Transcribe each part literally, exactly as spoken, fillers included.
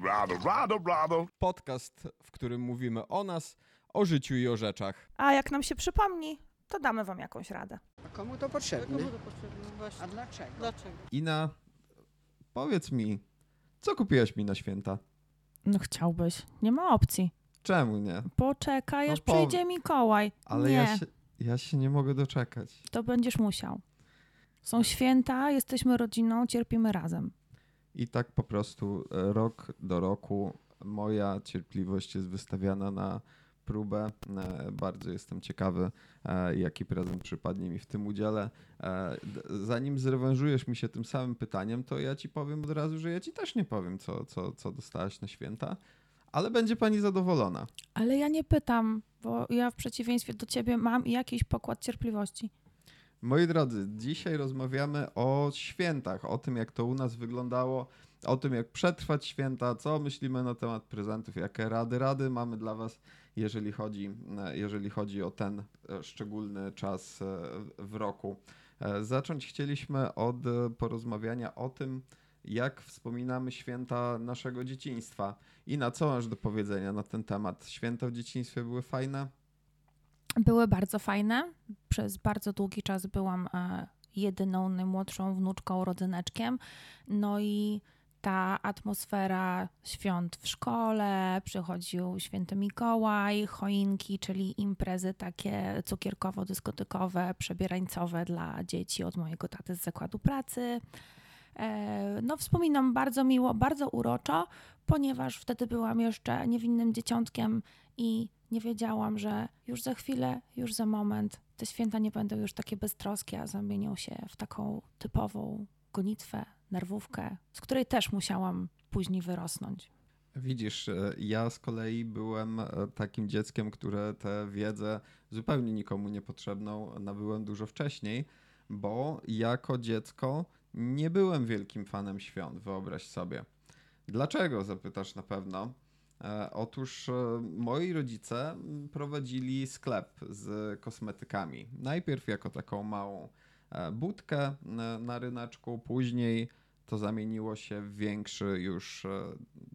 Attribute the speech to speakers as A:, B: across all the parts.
A: Rado, rado, rado.
B: Podcast, w którym mówimy o nas, o życiu i o rzeczach.
C: A jak nam się przypomni, to damy wam jakąś radę.
D: A komu to potrzebne?
E: Komu to potrzebne? Właśnie.
D: A dlaczego?
E: Dlaczego?
B: Ina, powiedz mi, co kupiłaś mi na święta?
C: No chciałbyś. Nie ma opcji.
B: Czemu nie?
C: Poczekaj,
B: No
C: aż
B: pow-
C: przyjdzie Mikołaj.
B: Ale
C: nie,
B: ja się, ja się nie mogę doczekać.
C: to będziesz musiał. Są święta, jesteśmy rodziną, cierpimy razem.
B: I tak po prostu e, rok do roku moja cierpliwość jest wystawiana na próbę. E, Bardzo jestem ciekawy, e, jaki prezent przypadnie mi w tym udziale. E, d- Zanim zrewanżujesz mi się tym samym pytaniem, to ja ci powiem od razu, że ja ci też nie powiem, co, co, co dostałaś na święta, ale będzie pani zadowolona.
C: Ale ja nie pytam, bo ja w przeciwieństwie do ciebie mam jakiś pokład cierpliwości.
B: Moi drodzy, dzisiaj rozmawiamy o świętach, o tym, jak to u nas wyglądało, o tym, jak przetrwać święta, co myślimy na temat prezentów, jakie rady, rady mamy dla was, jeżeli chodzi, jeżeli chodzi o ten e, szczególny czas e, w roku. E, Zacząć chcieliśmy od e, porozmawiania o tym, jak wspominamy święta naszego dzieciństwa. I na co masz do powiedzenia na ten temat? Święta w dzieciństwie były fajne?
C: Były bardzo fajne. Przez bardzo długi czas byłam e, jedyną, najmłodszą wnuczką, rodzyneczkiem. No i ta atmosfera świąt w szkole, przychodził święty Mikołaj, choinki, czyli imprezy takie cukierkowo-dyskotykowe, przebierańcowe dla dzieci od mojego taty z zakładu pracy. E, No wspominam bardzo miło, bardzo uroczo, ponieważ wtedy byłam jeszcze niewinnym dzieciątkiem i nie wiedziałam, że już za chwilę, już za moment te święta nie będą już takie beztroskie, a zamienią się w taką typową gonitwę, nerwówkę, z której też musiałam później wyrosnąć.
B: Widzisz, e, ja z kolei byłem e, takim dzieckiem, które tę wiedzę zupełnie nikomu niepotrzebną nabyłem dużo wcześniej, bo jako dziecko nie byłem wielkim fanem świąt, wyobraź sobie. Dlaczego, zapytasz na pewno. E, Otóż e, moi rodzice m, prowadzili sklep z kosmetykami. Najpierw jako taką małą e, budkę e, na ryneczku, później to zamieniło się w większy już e,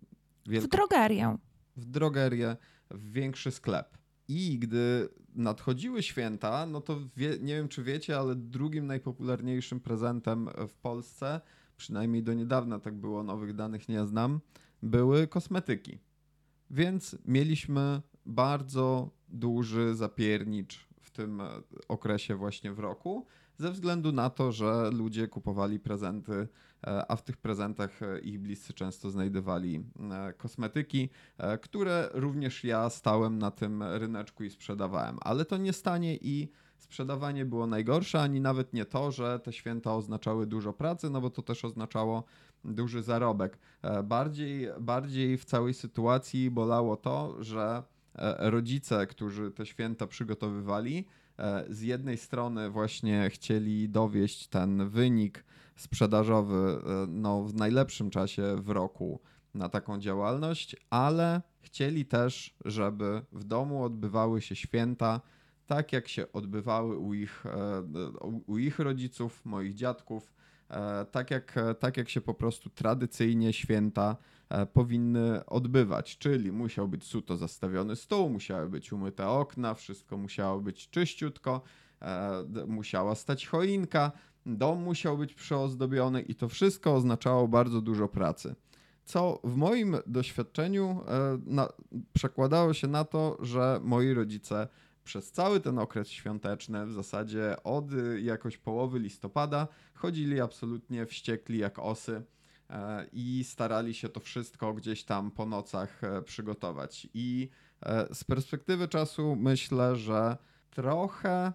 C: W
B: wielko-
C: drogerię.
B: w drogerię, w większy sklep. I gdy nadchodziły święta, no to wie, nie wiem, czy wiecie, ale drugim najpopularniejszym prezentem w Polsce, przynajmniej do niedawna tak było, nowych danych nie znam, były kosmetyki. Więc mieliśmy bardzo duży zapiernicz w tym e, okresie właśnie w roku, ze względu na to, że ludzie kupowali prezenty, e, a w tych prezentach e, ich bliscy często znajdowali e, kosmetyki, e, które również ja stałem na tym ryneczku i sprzedawałem. Ale to nie stanie i sprzedawanie było najgorsze, ani nawet nie to, że te święta oznaczały dużo pracy, no bo to też oznaczało duży zarobek. E, Bardziej, bardziej w całej sytuacji bolało to, że e, rodzice, którzy te święta przygotowywali, e, z jednej strony właśnie chcieli dowieść ten wynik sprzedażowy e, no, w najlepszym czasie w roku na taką działalność, ale chcieli też, żeby w domu odbywały się święta tak, jak się odbywały u ich, e, u- u ich rodziców, moich dziadków, e, tak jak, tak jak się po prostu tradycyjnie święta e, powinny odbywać, czyli musiał być suto zastawiony stół, musiały być umyte okna, wszystko musiało być czyściutko, e, d- musiała stać choinka, dom musiał być przyozdobiony i to wszystko oznaczało bardzo dużo pracy. Co w moim doświadczeniu e, na, przekładało się na to, że moi rodzice przez cały ten okres świąteczny, w zasadzie od y, jakoś połowy listopada, chodzili absolutnie wściekli jak osy e, i starali się to wszystko gdzieś tam po nocach e, przygotować. I e, z perspektywy czasu myślę, że trochę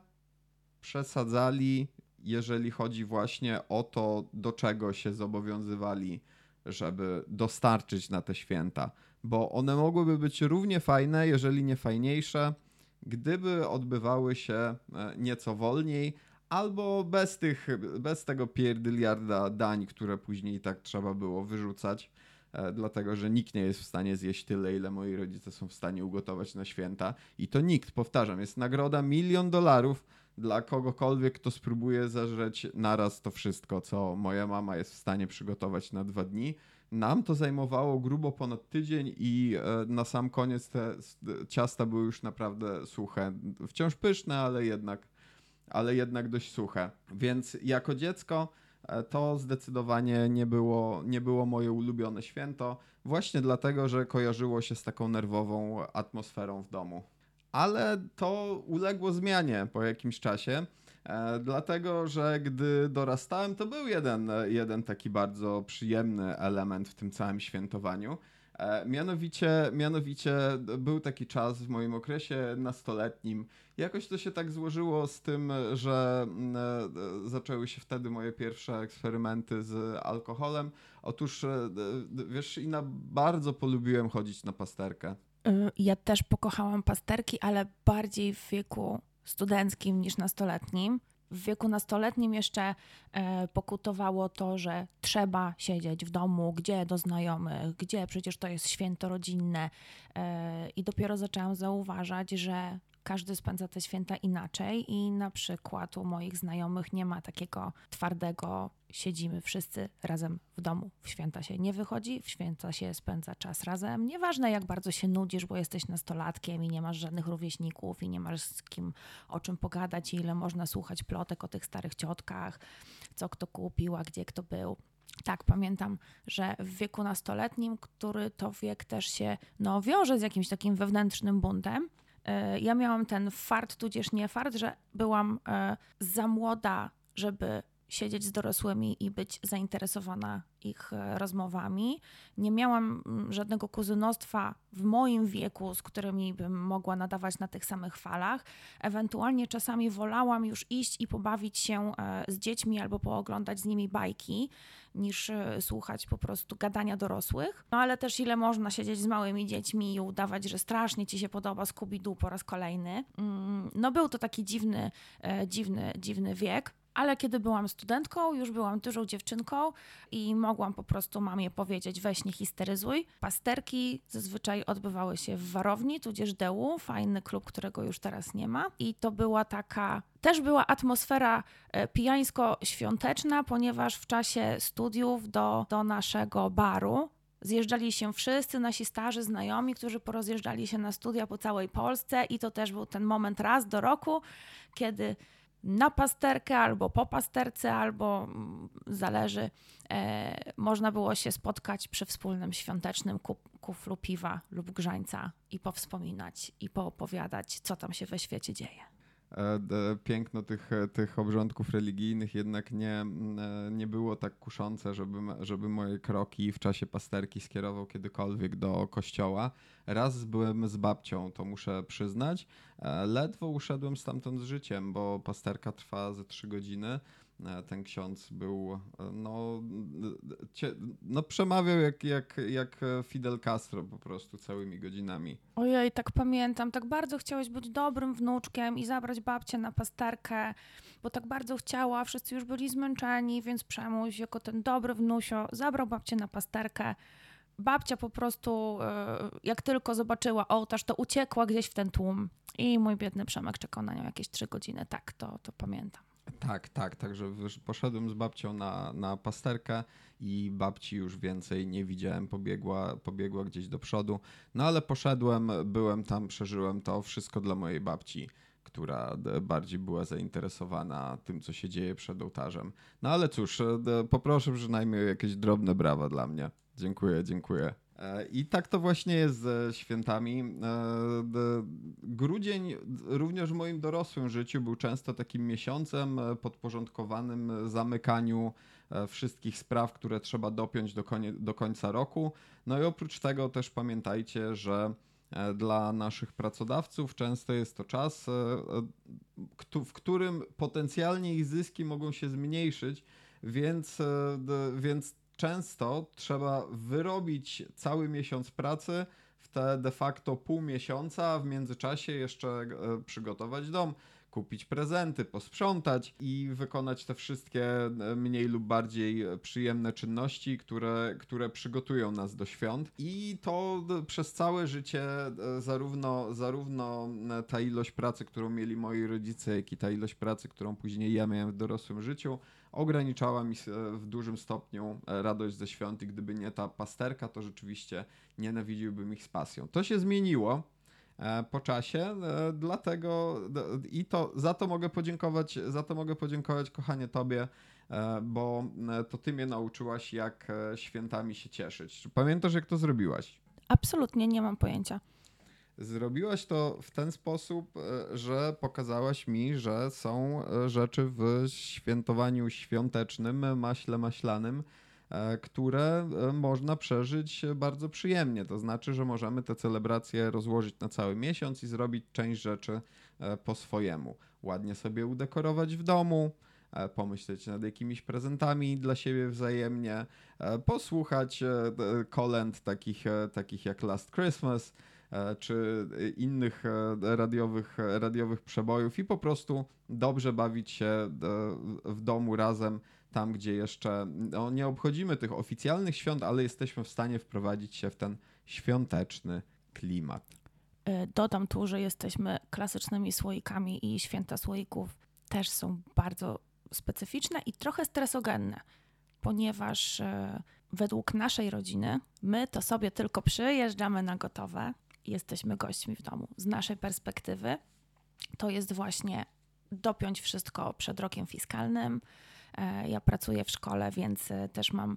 B: przesadzali, jeżeli chodzi właśnie o to, do czego się zobowiązywali, żeby dostarczyć na te święta. Bo one mogłyby być równie fajne, jeżeli nie fajniejsze, gdyby odbywały się e, nieco wolniej, albo bez tych, bez tego pierdyliarda dań, które później i tak trzeba było wyrzucać, e, dlatego że nikt nie jest w stanie zjeść tyle, ile moi rodzice są w stanie ugotować na święta. I to nikt, powtarzam, jest nagroda milion dolarów dla kogokolwiek, kto spróbuje zażreć naraz to wszystko, co moja mama jest w stanie przygotować na dwa dni. Nam to zajmowało grubo ponad tydzień i na sam koniec te ciasta były już naprawdę suche. Wciąż pyszne, ale jednak, ale jednak dość suche. Więc jako dziecko to zdecydowanie nie było, nie było moje ulubione święto, właśnie dlatego, że kojarzyło się z taką nerwową atmosferą w domu. Ale to uległo zmianie po jakimś czasie, e, dlatego, że gdy dorastałem, to był jeden, jeden taki bardzo przyjemny element w tym całym świętowaniu. E, mianowicie, mianowicie był taki czas w moim okresie nastoletnim. Jakoś to się tak złożyło z tym, że e, zaczęły się wtedy moje pierwsze eksperymenty z alkoholem. Otóż, e, wiesz, Ina, bardzo polubiłem chodzić na pasterkę.
C: Ja też pokochałam pasterki, ale bardziej w wieku studenckim niż nastoletnim. W wieku nastoletnim jeszcze e, pokutowało to, że trzeba siedzieć w domu, gdzie do znajomych, gdzie przecież to jest święto rodzinne. E, I dopiero zaczęłam zauważać, że każdy spędza te święta inaczej i na przykład u moich znajomych nie ma takiego twardego siedzimy wszyscy razem w domu. W święta się nie wychodzi, w święta się spędza czas razem. Nieważne jak bardzo się nudzisz, bo jesteś nastolatkiem i nie masz żadnych rówieśników i nie masz z kim o czym pogadać i ile można słuchać plotek o tych starych ciotkach, co kto kupił, a gdzie kto był. Tak, pamiętam, że w wieku nastoletnim, który to wiek też się no, wiąże z jakimś takim wewnętrznym buntem, ja miałam ten fart, tudzież nie fart, że byłam za młoda, żeby siedzieć z dorosłymi i być zainteresowana ich rozmowami. Nie miałam żadnego kuzynostwa w moim wieku, z którymi bym mogła nadawać na tych samych falach. Ewentualnie czasami wolałam już iść i pobawić się z dziećmi albo pooglądać z nimi bajki, niż słuchać po prostu gadania dorosłych. No ale też ile można siedzieć z małymi dziećmi i udawać, że strasznie ci się podoba Scooby-Doo po raz kolejny. No był to taki dziwny, dziwny, dziwny wiek. Ale kiedy byłam studentką, już byłam dużą dziewczynką i mogłam po prostu mamie powiedzieć, weź nie histeryzuj. Pasterki zazwyczaj odbywały się w Warowni, tudzież D U, fajny klub, którego już teraz nie ma. I to była taka, też była atmosfera pijańsko-świąteczna, ponieważ w czasie studiów do, do naszego baru zjeżdżali się wszyscy nasi starzy znajomi, którzy porozjeżdżali się na studia po całej Polsce i to też był ten moment raz do roku, kiedy na pasterkę albo po pasterce, albo zależy, e, można było się spotkać przy wspólnym świątecznym kuflu piwa lub grzańca i powspominać i poopowiadać, co tam się we świecie dzieje.
B: Piękno tych, tych obrządków religijnych jednak nie, nie było tak kuszące, żeby, żeby moje kroki w czasie pasterki skierował kiedykolwiek do kościoła. Raz byłem z babcią, to muszę przyznać. Ledwo uszedłem stamtąd z życiem, bo pasterka trwa ze trzy godziny. Ten ksiądz był, no, cie, no przemawiał jak, jak, jak Fidel Castro po prostu całymi godzinami.
C: Ojej, tak pamiętam, tak bardzo chciałeś być dobrym wnuczkiem i zabrać babcię na pasterkę, bo tak bardzo chciała, wszyscy już byli zmęczeni, więc Przemuś jako ten dobry wnusio zabrał babcię na pasterkę. Babcia po prostu, jak tylko zobaczyła ołtarz, to uciekła gdzieś w ten tłum i mój biedny Przemek czekał na nią jakieś trzy godziny, tak, to, to pamiętam.
B: Tak, tak, także poszedłem z babcią na, na pasterkę i babci już więcej nie widziałem, pobiegła, pobiegła gdzieś do przodu, no ale poszedłem, byłem tam, przeżyłem to wszystko dla mojej babci, która bardziej była zainteresowana tym, co się dzieje przed ołtarzem. No ale cóż, poproszę przynajmniej o jakieś drobne brawa dla mnie. Dziękuję, dziękuję. I tak to właśnie jest ze świętami. Grudzień również w moim dorosłym życiu był często takim miesiącem podporządkowanym zamykaniu wszystkich spraw, które trzeba dopiąć do, konie, do końca roku. No i oprócz tego też pamiętajcie, że dla naszych pracodawców często jest to czas, w którym potencjalnie ich zyski mogą się zmniejszyć, więc, więc często trzeba wyrobić cały miesiąc pracy w te de facto pół miesiąca, a w międzyczasie jeszcze przygotować dom, kupić prezenty, posprzątać i wykonać te wszystkie mniej lub bardziej przyjemne czynności, które, które przygotują nas do świąt. I to przez całe życie zarówno, zarówno ta ilość pracy, którą mieli moi rodzice, jak i ta ilość pracy, którą później ja miałem w dorosłym życiu, ograniczała mi w dużym stopniu radość ze świąt i gdyby nie ta pasterka, to rzeczywiście nienawidziłbym ich z pasją. To się zmieniło po czasie, dlatego i to za to mogę podziękować, za to mogę podziękować, kochanie, tobie, bo to ty mnie nauczyłaś, jak świętami się cieszyć. Czy pamiętasz, jak to zrobiłaś?
C: Absolutnie nie mam pojęcia.
B: Zrobiłaś to w ten sposób, że pokazałaś mi, że są rzeczy w świętowaniu świątecznym, maśle maślanym, które można przeżyć bardzo przyjemnie. To znaczy, że możemy te celebracje rozłożyć na cały miesiąc i zrobić część rzeczy po swojemu. Ładnie sobie udekorować w domu, pomyśleć nad jakimiś prezentami dla siebie wzajemnie, posłuchać kolęd takich, takich jak Last Christmas, czy innych radiowych, radiowych przebojów i po prostu dobrze bawić się w domu razem, tam gdzie jeszcze no, nie obchodzimy tych oficjalnych świąt, ale jesteśmy w stanie wprowadzić się w ten świąteczny klimat.
C: Dodam tu, że jesteśmy klasycznymi słoikami i święta słoików też są bardzo specyficzne i trochę stresogenne, ponieważ według naszej rodziny my to sobie tylko przyjeżdżamy na gotowe i jesteśmy gośćmi w domu. Z naszej perspektywy to jest właśnie dopiąć wszystko przed rokiem fiskalnym. Ja pracuję w szkole, więc też mam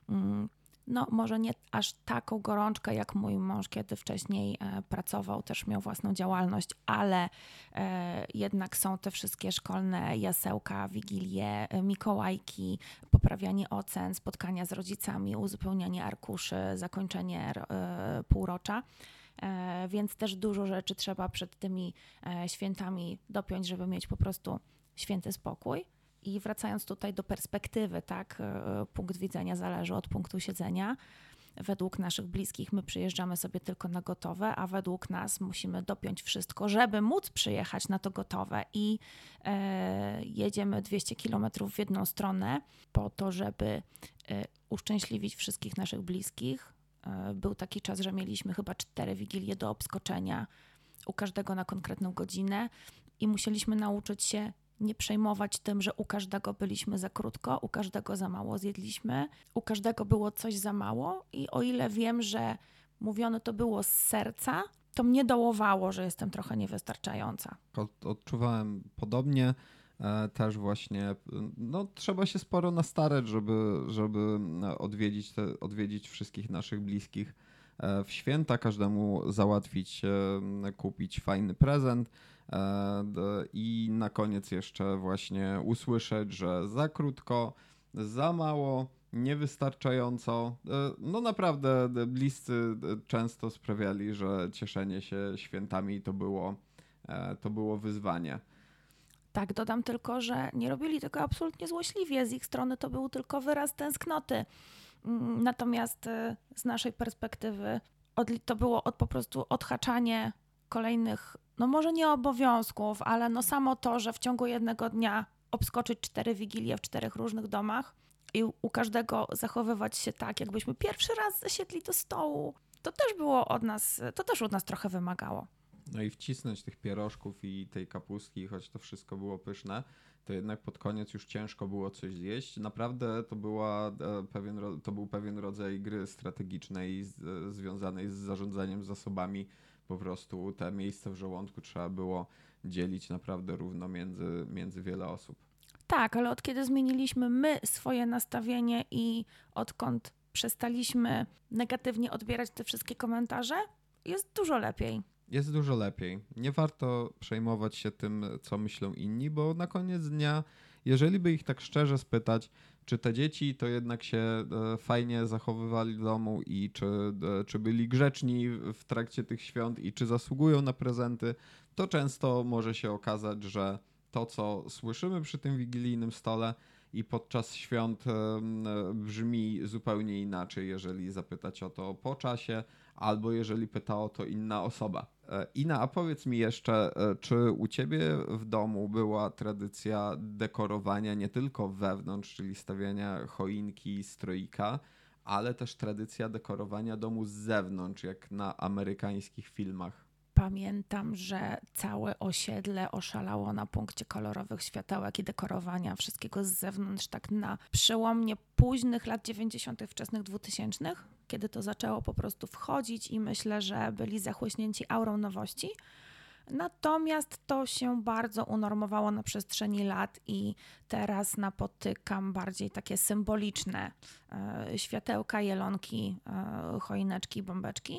C: no może nie aż taką gorączkę jak mój mąż, kiedy wcześniej pracował, też miał własną działalność, ale jednak są te wszystkie szkolne jasełka, wigilie, mikołajki, poprawianie ocen, spotkania z rodzicami, uzupełnianie arkuszy, zakończenie półrocza. Więc też dużo rzeczy trzeba przed tymi świętami dopiąć, żeby mieć po prostu święty spokój. I wracając tutaj do perspektywy, tak, punkt widzenia zależy od punktu siedzenia. Według naszych bliskich my przyjeżdżamy sobie tylko na gotowe, a według nas musimy dopiąć wszystko, żeby móc przyjechać na to gotowe i e, jedziemy dwieście kilometrów w jedną stronę po to, żeby e, uszczęśliwić wszystkich naszych bliskich. E, był taki czas, że mieliśmy chyba cztery wigilie do obskoczenia, u każdego na konkretną godzinę i musieliśmy nauczyć się nie przejmować tym, że u każdego byliśmy za krótko, u każdego za mało zjedliśmy, u każdego było coś za mało i o ile wiem, że mówione to było z serca, to mnie dołowało, że jestem trochę niewystarczająca.
B: Odczuwałem podobnie. Też właśnie, no trzeba się sporo nastarać, żeby, żeby odwiedzić, te, odwiedzić wszystkich naszych bliskich w święta, każdemu załatwić, kupić fajny prezent. I na koniec jeszcze właśnie usłyszeć, że za krótko, za mało, niewystarczająco. No naprawdę bliscy często sprawiali, że cieszenie się świętami to było, to było wyzwanie.
C: Tak, dodam tylko, że nie robili tego absolutnie złośliwie. Z ich strony to był tylko wyraz tęsknoty. Natomiast z naszej perspektywy to było od, po prostu odhaczanie kolejnych, no może nie obowiązków, ale no samo to, że w ciągu jednego dnia obskoczyć cztery wigilie w czterech różnych domach i u każdego zachowywać się tak, jakbyśmy pierwszy raz zasiedli do stołu, to też było od nas, to też od nas trochę wymagało.
B: No i wcisnąć tych pierożków i tej kapustki, choć to wszystko było pyszne, to jednak pod koniec już ciężko było coś zjeść. Naprawdę to, była pewien, to był pewien rodzaj gry strategicznej z, związanej z zarządzaniem zasobami. Po prostu te miejsce w żołądku trzeba było dzielić naprawdę równo między, między wiele osób.
C: Tak, ale od kiedy zmieniliśmy my swoje nastawienie i odkąd przestaliśmy negatywnie odbierać te wszystkie komentarze, jest dużo lepiej.
B: Jest dużo lepiej. Nie warto przejmować się tym, co myślą inni, bo na koniec dnia, jeżeli by ich tak szczerze spytać, czy te dzieci to jednak się fajnie zachowywali w domu i czy, czy byli grzeczni w trakcie tych świąt i czy zasługują na prezenty, to często może się okazać, że to, co słyszymy przy tym wigilijnym stole, i podczas świąt brzmi zupełnie inaczej, jeżeli zapytać o to po czasie, albo jeżeli pyta o to inna osoba. Ina, a powiedz mi jeszcze, czy u ciebie w domu była tradycja dekorowania nie tylko wewnątrz, czyli stawiania choinki, stroika, ale też tradycja dekorowania domu z zewnątrz, jak na amerykańskich filmach?
C: Pamiętam, że całe osiedle oszalało na punkcie kolorowych światełek i dekorowania wszystkiego z zewnątrz, tak na przełomie późnych lat dziewięćdziesiątych, wczesnych dwutysięcznych, kiedy to zaczęło po prostu wchodzić i myślę, że byli zachłyśnięci aurą nowości. Natomiast to się bardzo unormowało na przestrzeni lat i teraz napotykam bardziej takie symboliczne e, światełka, jelonki, e, choineczki, bombeczki.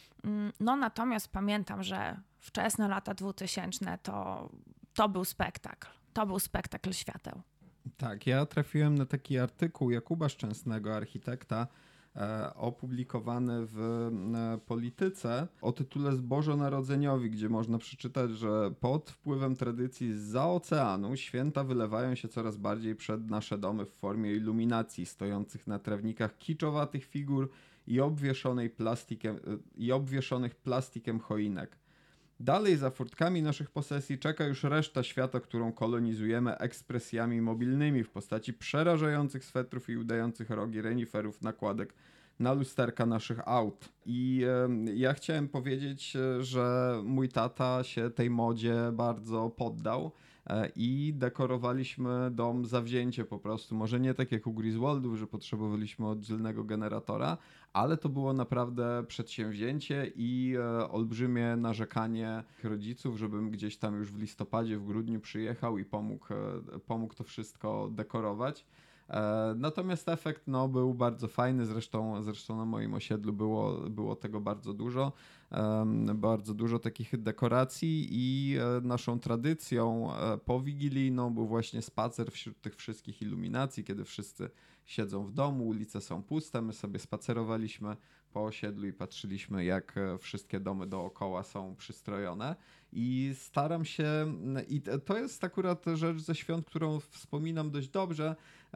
C: No natomiast pamiętam, że wczesne lata dwutysięczne to, to był spektakl. To był spektakl świateł.
B: Tak, ja trafiłem na taki artykuł Jakuba Szczęsnego, architekta, e, opublikowany w e, Polityce o tytule Zbożonarodzeniowi, gdzie można przeczytać, że pod wpływem tradycji zza oceanu święta wylewają się coraz bardziej przed nasze domy w formie iluminacji stojących na trawnikach kiczowatych figur i obwieszonej plastikiem, i obwieszonych plastikiem choinek. Dalej za furtkami naszych posesji czeka już reszta świata, którą kolonizujemy ekspresjami mobilnymi w postaci przerażających swetrów i udających rogi reniferów nakładek na lusterka naszych aut. I e, ja chciałem powiedzieć, że mój tata się tej modzie bardzo poddał e, i dekorowaliśmy dom zawzięcie po prostu. Może nie tak jak u Griswoldów, że potrzebowaliśmy oddzielnego generatora, ale to było naprawdę przedsięwzięcie i e, olbrzymie narzekanie rodziców, żebym gdzieś tam już w listopadzie, w grudniu przyjechał i pomógł, e, pomógł to wszystko dekorować. E, natomiast efekt no, był bardzo fajny, zresztą, zresztą na moim osiedlu było, było tego bardzo dużo, e, bardzo dużo takich dekoracji i e, naszą tradycją e, powigilijną był właśnie spacer wśród tych wszystkich iluminacji, kiedy wszyscy siedzą w domu, ulice są puste, my sobie spacerowaliśmy po osiedlu i patrzyliśmy, jak wszystkie domy dookoła są przystrojone. I staram się, i to jest akurat rzecz ze świąt, którą wspominam dość dobrze,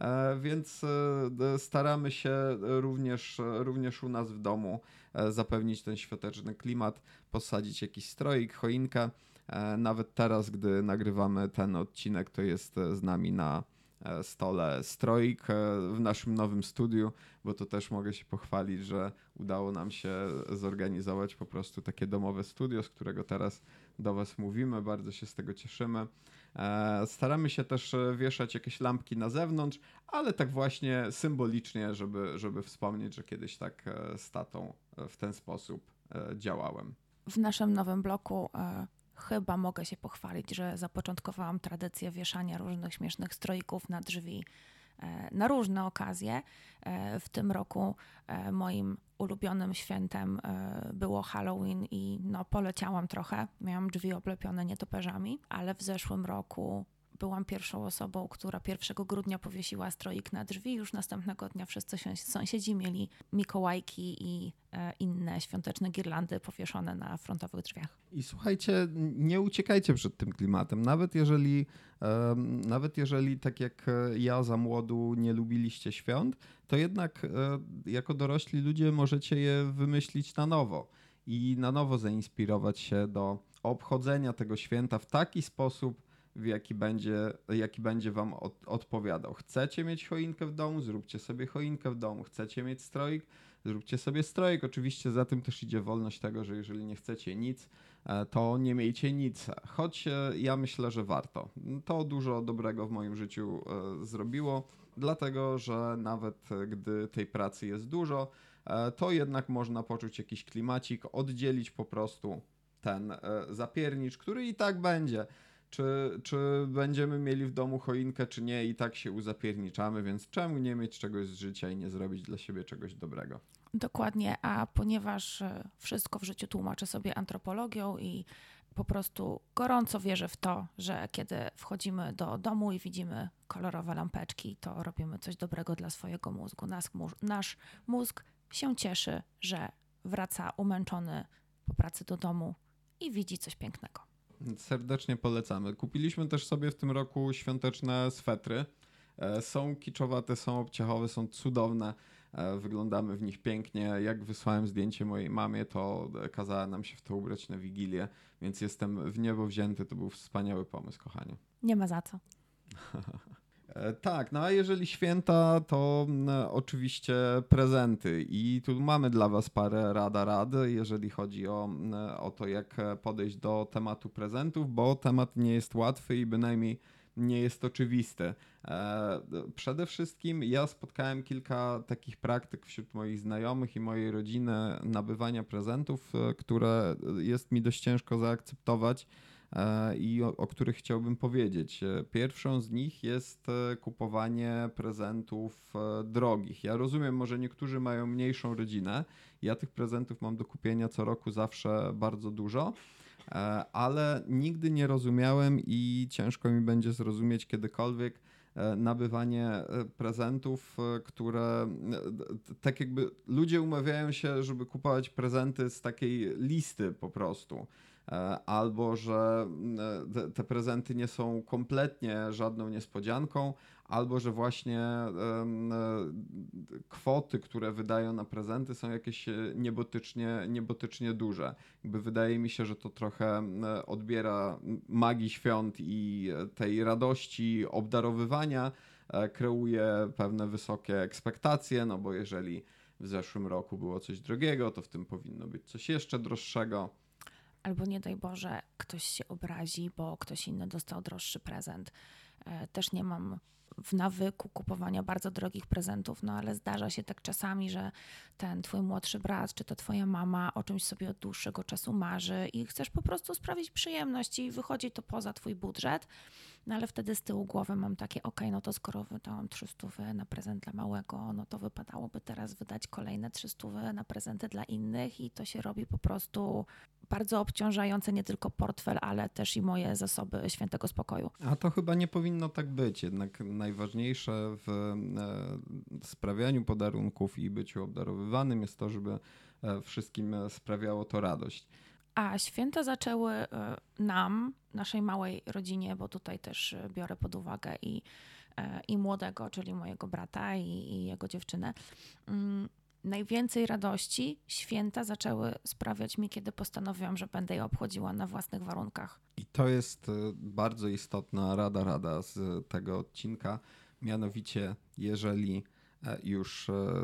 B: więc staramy się również, również u nas w domu zapewnić ten świąteczny klimat, posadzić jakiś stroik, choinkę. Nawet teraz, gdy nagrywamy ten odcinek, to jest z nami na stole stroik w naszym nowym studiu, bo to też mogę się pochwalić, że udało nam się zorganizować po prostu takie domowe studio, z którego teraz do was mówimy, bardzo się z tego cieszymy. Staramy się też wieszać jakieś lampki na zewnątrz, ale tak właśnie symbolicznie, żeby, żeby wspomnieć, że kiedyś tak z tatą w ten sposób działałem.
C: W naszym nowym bloku chyba mogę się pochwalić, że zapoczątkowałam tradycję wieszania różnych śmiesznych stroików na drzwi na różne okazje. W tym roku moim ulubionym świętem było Halloween i no, poleciałam trochę. Miałam drzwi oblepione nietoperzami, ale w zeszłym roku byłam pierwszą osobą, która pierwszego grudnia powiesiła stroik na drzwi. Już następnego dnia wszyscy sąsiedzi mieli mikołajki i e, inne świąteczne girlandy powieszone na frontowych drzwiach.
B: I słuchajcie, nie uciekajcie przed tym klimatem. Nawet jeżeli, e, nawet jeżeli tak jak ja za młodu nie lubiliście świąt, to jednak e, jako dorośli ludzie możecie je wymyślić na nowo i na nowo zainspirować się do obchodzenia tego święta w taki sposób, w jaki będzie, jaki będzie wam od, odpowiadał. Chcecie mieć choinkę w domu? Zróbcie sobie choinkę w domu. Chcecie mieć stroik? Zróbcie sobie stroik. Oczywiście za tym też idzie wolność tego, że jeżeli nie chcecie nic, to nie miejcie nic. Choć ja myślę, że warto. To dużo dobrego w moim życiu zrobiło, dlatego że nawet gdy tej pracy jest dużo, to jednak można poczuć jakiś klimacik, oddzielić po prostu ten zapiernicz, który i tak będzie. Czy, czy będziemy mieli w domu choinkę, czy nie, i tak się uzapierniczamy, więc czemu nie mieć czegoś z życia i nie zrobić dla siebie czegoś dobrego?
C: Dokładnie, a ponieważ wszystko w życiu tłumaczę sobie antropologią i po prostu gorąco wierzę w to, że kiedy wchodzimy do domu i widzimy kolorowe lampeczki, to robimy coś dobrego dla swojego mózgu. Nasz, nasz mózg się cieszy, że wraca umęczony po pracy do domu i widzi coś pięknego.
B: Serdecznie polecamy. Kupiliśmy też sobie w tym roku świąteczne swetry E, Są kiczowate, są obciachowe, są cudowne. E, Wyglądamy w nich pięknie. Jak wysłałem zdjęcie mojej mamie, to kazała nam się w to ubrać na Wigilię, więc jestem w niebo wzięty. To był wspaniały pomysł, kochanie.
C: Nie ma za co.
B: E, Tak, no a jeżeli święta, to mm, oczywiście prezenty i tu mamy dla Was parę rada rad, jeżeli chodzi o, mm, o to, jak podejść do tematu prezentów, bo temat nie jest łatwy i bynajmniej nie jest oczywisty. E, Przede wszystkim ja spotkałem kilka takich praktyk wśród moich znajomych i mojej rodziny nabywania prezentów, e, które jest mi dość ciężko zaakceptować e, i o, o których chciałbym powiedzieć. E, Pierwszą z nich jest e, kupowanie prezentów e, drogich. Ja rozumiem, może niektórzy mają mniejszą rodzinę. Ja tych prezentów mam do kupienia co roku zawsze bardzo dużo, e, ale nigdy nie rozumiałem i ciężko mi będzie zrozumieć kiedykolwiek e, nabywanie e, prezentów, e, które e, d- tak jakby ludzie umawiają się, żeby kupować prezenty z takiej listy po prostu. E, Albo że mm, te, te prezenty nie są kompletnie żadną niespodzianką, albo że właśnie em, e, kwoty, które wydają na prezenty, są jakieś e, niebotycznie, niebotycznie duże. Jakby wydaje mi się, że to trochę m, odbiera magii świąt i e, tej radości obdarowywania, e, kreuje pewne wysokie ekspektacje, no bo jeżeli w zeszłym roku było coś drogiego, to w tym powinno być coś jeszcze droższego.
C: Albo nie daj Boże, ktoś się obrazi, bo ktoś inny dostał droższy prezent. E, Też nie mam w nawyku kupowania bardzo drogich prezentów, no ale zdarza się tak czasami, że ten twój młodszy brat, czy to twoja mama o czymś sobie od dłuższego czasu marzy i chcesz po prostu sprawić przyjemność i wychodzi to poza twój budżet, no ale wtedy z tyłu głowy mam takie, okej, no to skoro wydałam trzy stówy na prezent dla małego, no to wypadałoby teraz wydać kolejne trzy stówy na prezenty dla innych i to się robi po prostu bardzo obciążające nie tylko portfel, ale też i moje zasoby świętego spokoju.
B: A to chyba nie powinno tak być. Jednak najważniejsze w e, sprawianiu podarunków i byciu obdarowywanym jest to, żeby e, wszystkim e, sprawiało to radość.
C: A święta zaczęły e, nam, naszej małej rodzinie, bo tutaj też e, biorę pod uwagę i, e, i młodego, czyli mojego brata i, i jego dziewczynę. Mm, Najwięcej radości święta zaczęły sprawiać mi, kiedy postanowiłam, że będę je obchodziła na własnych warunkach.
B: I to jest e, bardzo istotna rada, rada z tego odcinka. Mianowicie, jeżeli e, już, e, e,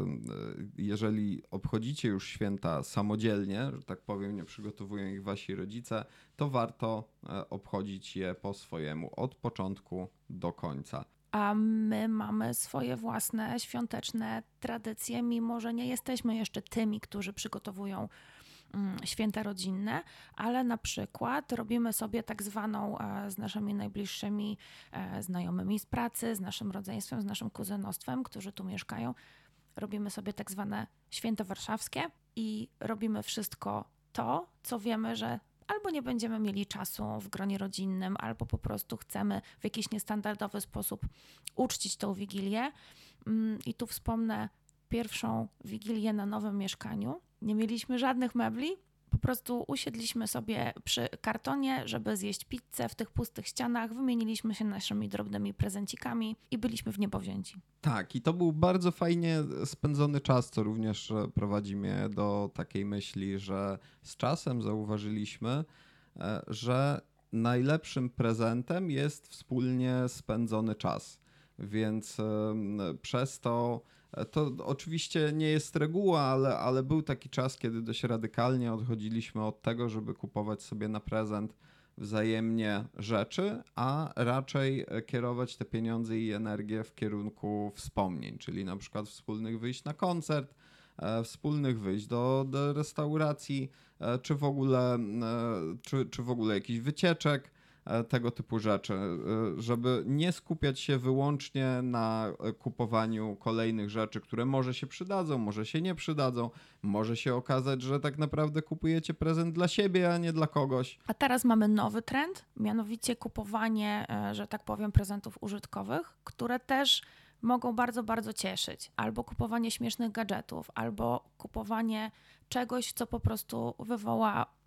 B: jeżeli obchodzicie już święta samodzielnie, że tak powiem, nie przygotowują ich wasi rodzice, to warto e, obchodzić je po swojemu, od początku do końca.
C: A my mamy swoje własne świąteczne tradycje, mimo że nie jesteśmy jeszcze tymi, którzy przygotowują mm, święta rodzinne, ale na przykład robimy sobie tak zwaną e, z naszymi najbliższymi e, znajomymi z pracy, z naszym rodzeństwem, z naszym kuzynostwem, którzy tu mieszkają. Robimy sobie tak zwane święto warszawskie i robimy wszystko to, co wiemy, że albo nie będziemy mieli czasu w gronie rodzinnym, albo po prostu chcemy w jakiś niestandardowy sposób uczcić tą Wigilię. Mm, I tu wspomnę pierwszą Wigilię na nowym mieszkaniu. Nie mieliśmy żadnych mebli, po prostu usiedliśmy sobie przy kartonie, żeby zjeść pizzę w tych pustych ścianach, wymieniliśmy się naszymi drobnymi prezencikami i byliśmy w niebo wzięci.
B: Tak, i to był bardzo fajnie spędzony czas, co również e, prowadzi mnie do takiej myśli, że z czasem zauważyliśmy, e, że najlepszym prezentem jest wspólnie spędzony czas. Więc em, przez to, e, to oczywiście nie jest reguła, ale, ale był taki czas, kiedy dość radykalnie odchodziliśmy od tego, żeby kupować sobie na prezent wzajemnie rzeczy, a raczej kierować te pieniądze i energię w kierunku wspomnień, czyli na przykład wspólnych wyjść na koncert, e, wspólnych wyjść do, do restauracji, e, czy w ogóle, e, czy, czy w ogóle jakichś wycieczek, e, tego typu rzeczy, e, żeby nie skupiać się wyłącznie na e, kupowaniu kolejnych rzeczy, które może się przydadzą, może się nie przydadzą, może się okazać, że tak naprawdę kupujecie prezent dla siebie, a nie dla kogoś.
C: A teraz mamy nowy trend, mianowicie kupowanie, e, że tak powiem, prezentów użytkowych, które też mogą bardzo, bardzo cieszyć. Albo kupowanie śmiesznych gadżetów, albo kupowanie czegoś, co po prostu wywoła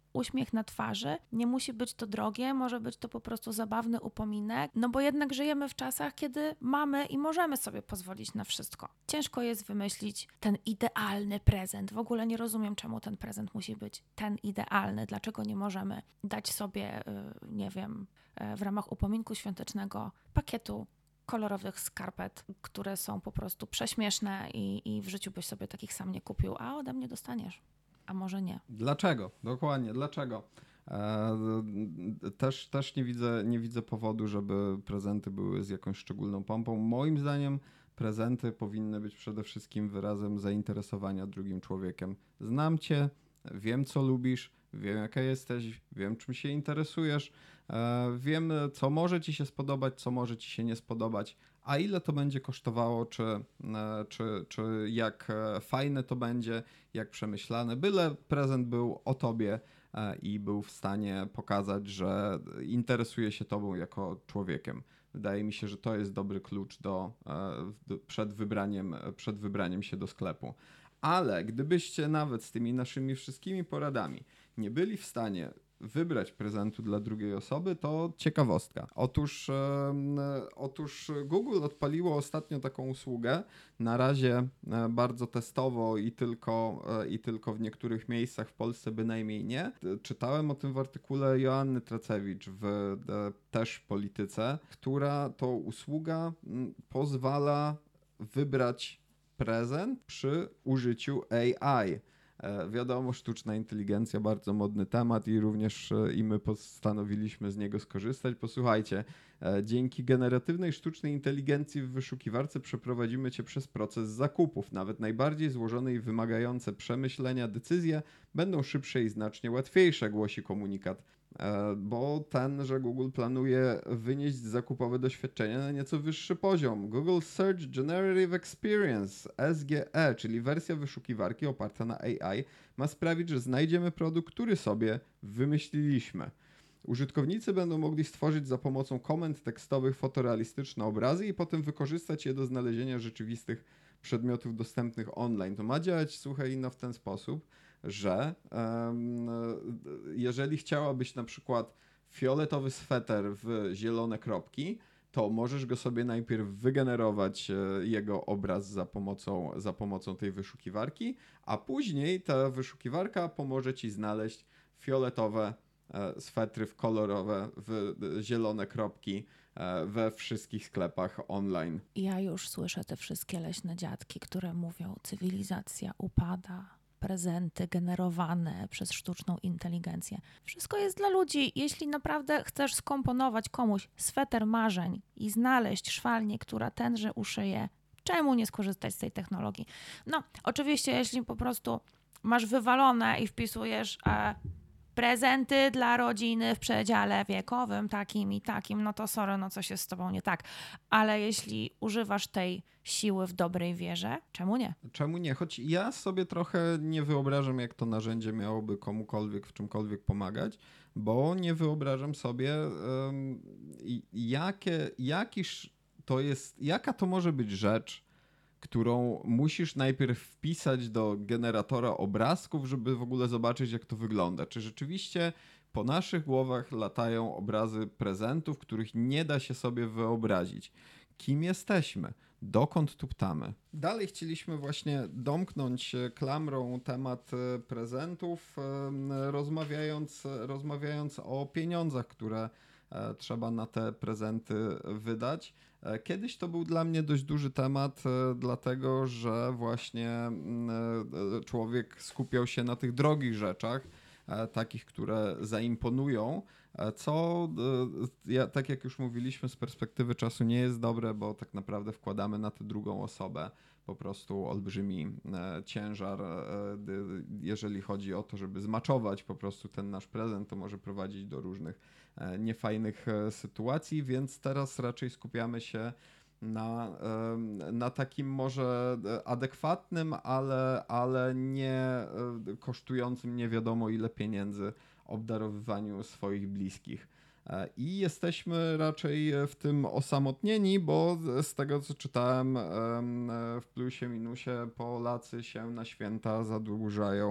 C: uśmiech na twarzy. Nie musi być to drogie, może być to po prostu zabawny upominek, no bo jednak żyjemy w czasach, kiedy mamy i możemy sobie pozwolić na wszystko. Ciężko jest wymyślić ten idealny prezent. W ogóle nie rozumiem, czemu ten prezent musi być ten idealny. Dlaczego nie możemy dać sobie, nie wiem, w ramach upominku świątecznego pakietu kolorowych skarpet, które są po prostu prześmieszne i, i w życiu byś sobie takich sam nie kupił, a ode mnie dostaniesz. A może nie.
B: Dlaczego? Dokładnie, dlaczego? E, też też nie, widzę, nie widzę powodu, żeby prezenty były z jakąś szczególną pompą. Moim zdaniem prezenty powinny być przede wszystkim wyrazem zainteresowania drugim człowiekiem. Znam cię, wiem co lubisz, wiem jaka jesteś, wiem czym się interesujesz, e, wiem co może ci się spodobać, co może ci się nie spodobać, a ile to będzie kosztowało, czy, e, czy, czy jak fajne to będzie, jak przemyślane. Byle prezent był o tobie e, i był w stanie pokazać, że interesuje się tobą jako człowiekiem. Wydaje mi się, że to jest dobry klucz do, e, przed, wybraniem, przed wybraniem się do sklepu. Ale gdybyście nawet z tymi naszymi wszystkimi poradami nie byli w stanie wybrać prezentu dla drugiej osoby, to ciekawostka. Otóż, e, otóż Google odpaliło ostatnio taką usługę, na razie bardzo testowo i tylko, i tylko w niektórych miejscach w Polsce bynajmniej nie. Czytałem o tym w artykule Joanny Tracewicz w e, też Polityce, która to usługa pozwala wybrać prezent przy użyciu A I. Wiadomo, sztuczna inteligencja, bardzo modny temat i również i my postanowiliśmy z niego skorzystać. Posłuchajcie, dzięki generatywnej sztucznej inteligencji w wyszukiwarce przeprowadzimy cię przez proces zakupów. Nawet najbardziej złożone i wymagające przemyślenia decyzje będą szybsze i znacznie łatwiejsze, głosi komunikat. Bo ten, że Google planuje wynieść zakupowe doświadczenia na nieco wyższy poziom. Google Search Generative Experience, S G E, czyli wersja wyszukiwarki oparta na A I, ma sprawić, że znajdziemy produkt, który sobie wymyśliliśmy. Użytkownicy będą mogli stworzyć za pomocą komend tekstowych fotorealistyczne obrazy i potem wykorzystać je do znalezienia rzeczywistych przedmiotów dostępnych online. To ma działać, słuchaj, no w ten sposób, że um, jeżeli chciałabyś na przykład fioletowy sweter w zielone kropki, to możesz go sobie najpierw wygenerować jego obraz za pomocą, za pomocą tej wyszukiwarki, a później ta wyszukiwarka pomoże ci znaleźć fioletowe swetry w kolorowe, w zielone kropki we wszystkich sklepach online.
C: Ja już słyszę te wszystkie leśne dziadki, które mówią, cywilizacja upada, prezenty generowane przez sztuczną inteligencję. Wszystko jest dla ludzi. Jeśli naprawdę chcesz skomponować komuś sweter marzeń i znaleźć szwalnię, która tenże uszyje, czemu nie skorzystać z tej technologii? No, oczywiście, jeśli po prostu masz wywalone i wpisujesz e, prezenty dla rodziny w przedziale wiekowym takim i takim, no to sorry, no coś jest z tobą nie tak. Ale jeśli używasz tej siły w dobrej wierze, czemu nie?
B: Czemu nie? Choć ja sobie trochę nie wyobrażam, jak to narzędzie miałoby komukolwiek w czymkolwiek pomagać, bo nie wyobrażam sobie, um, jakie, jakiż to jest, jaka to może być rzecz, którą musisz najpierw wpisać do generatora obrazków, żeby w ogóle zobaczyć, jak to wygląda. Czy rzeczywiście po naszych głowach latają obrazy prezentów, których nie da się sobie wyobrazić? Kim jesteśmy? Dokąd tuptamy? Dalej chcieliśmy właśnie domknąć klamrą temat prezentów, rozmawiając, rozmawiając o pieniądzach, które trzeba na te prezenty wydać. Kiedyś to był dla mnie dość duży temat, dlatego że właśnie człowiek skupiał się na tych drogich rzeczach, takich, które zaimponują, co, tak jak już mówiliśmy, z perspektywy czasu nie jest dobre, bo tak naprawdę wkładamy na tę drugą osobę po prostu olbrzymi ciężar. Jeżeli chodzi o to, żeby zmaczować po prostu ten nasz prezent, to może prowadzić do różnych niefajnych sytuacji, więc teraz raczej skupiamy się na, na takim może adekwatnym, ale, ale nie kosztującym nie wiadomo ile pieniędzy obdarowywaniu swoich bliskich. I jesteśmy raczej w tym osamotnieni, bo z tego co czytałem w plusie, minusie, Polacy się na święta zadłużają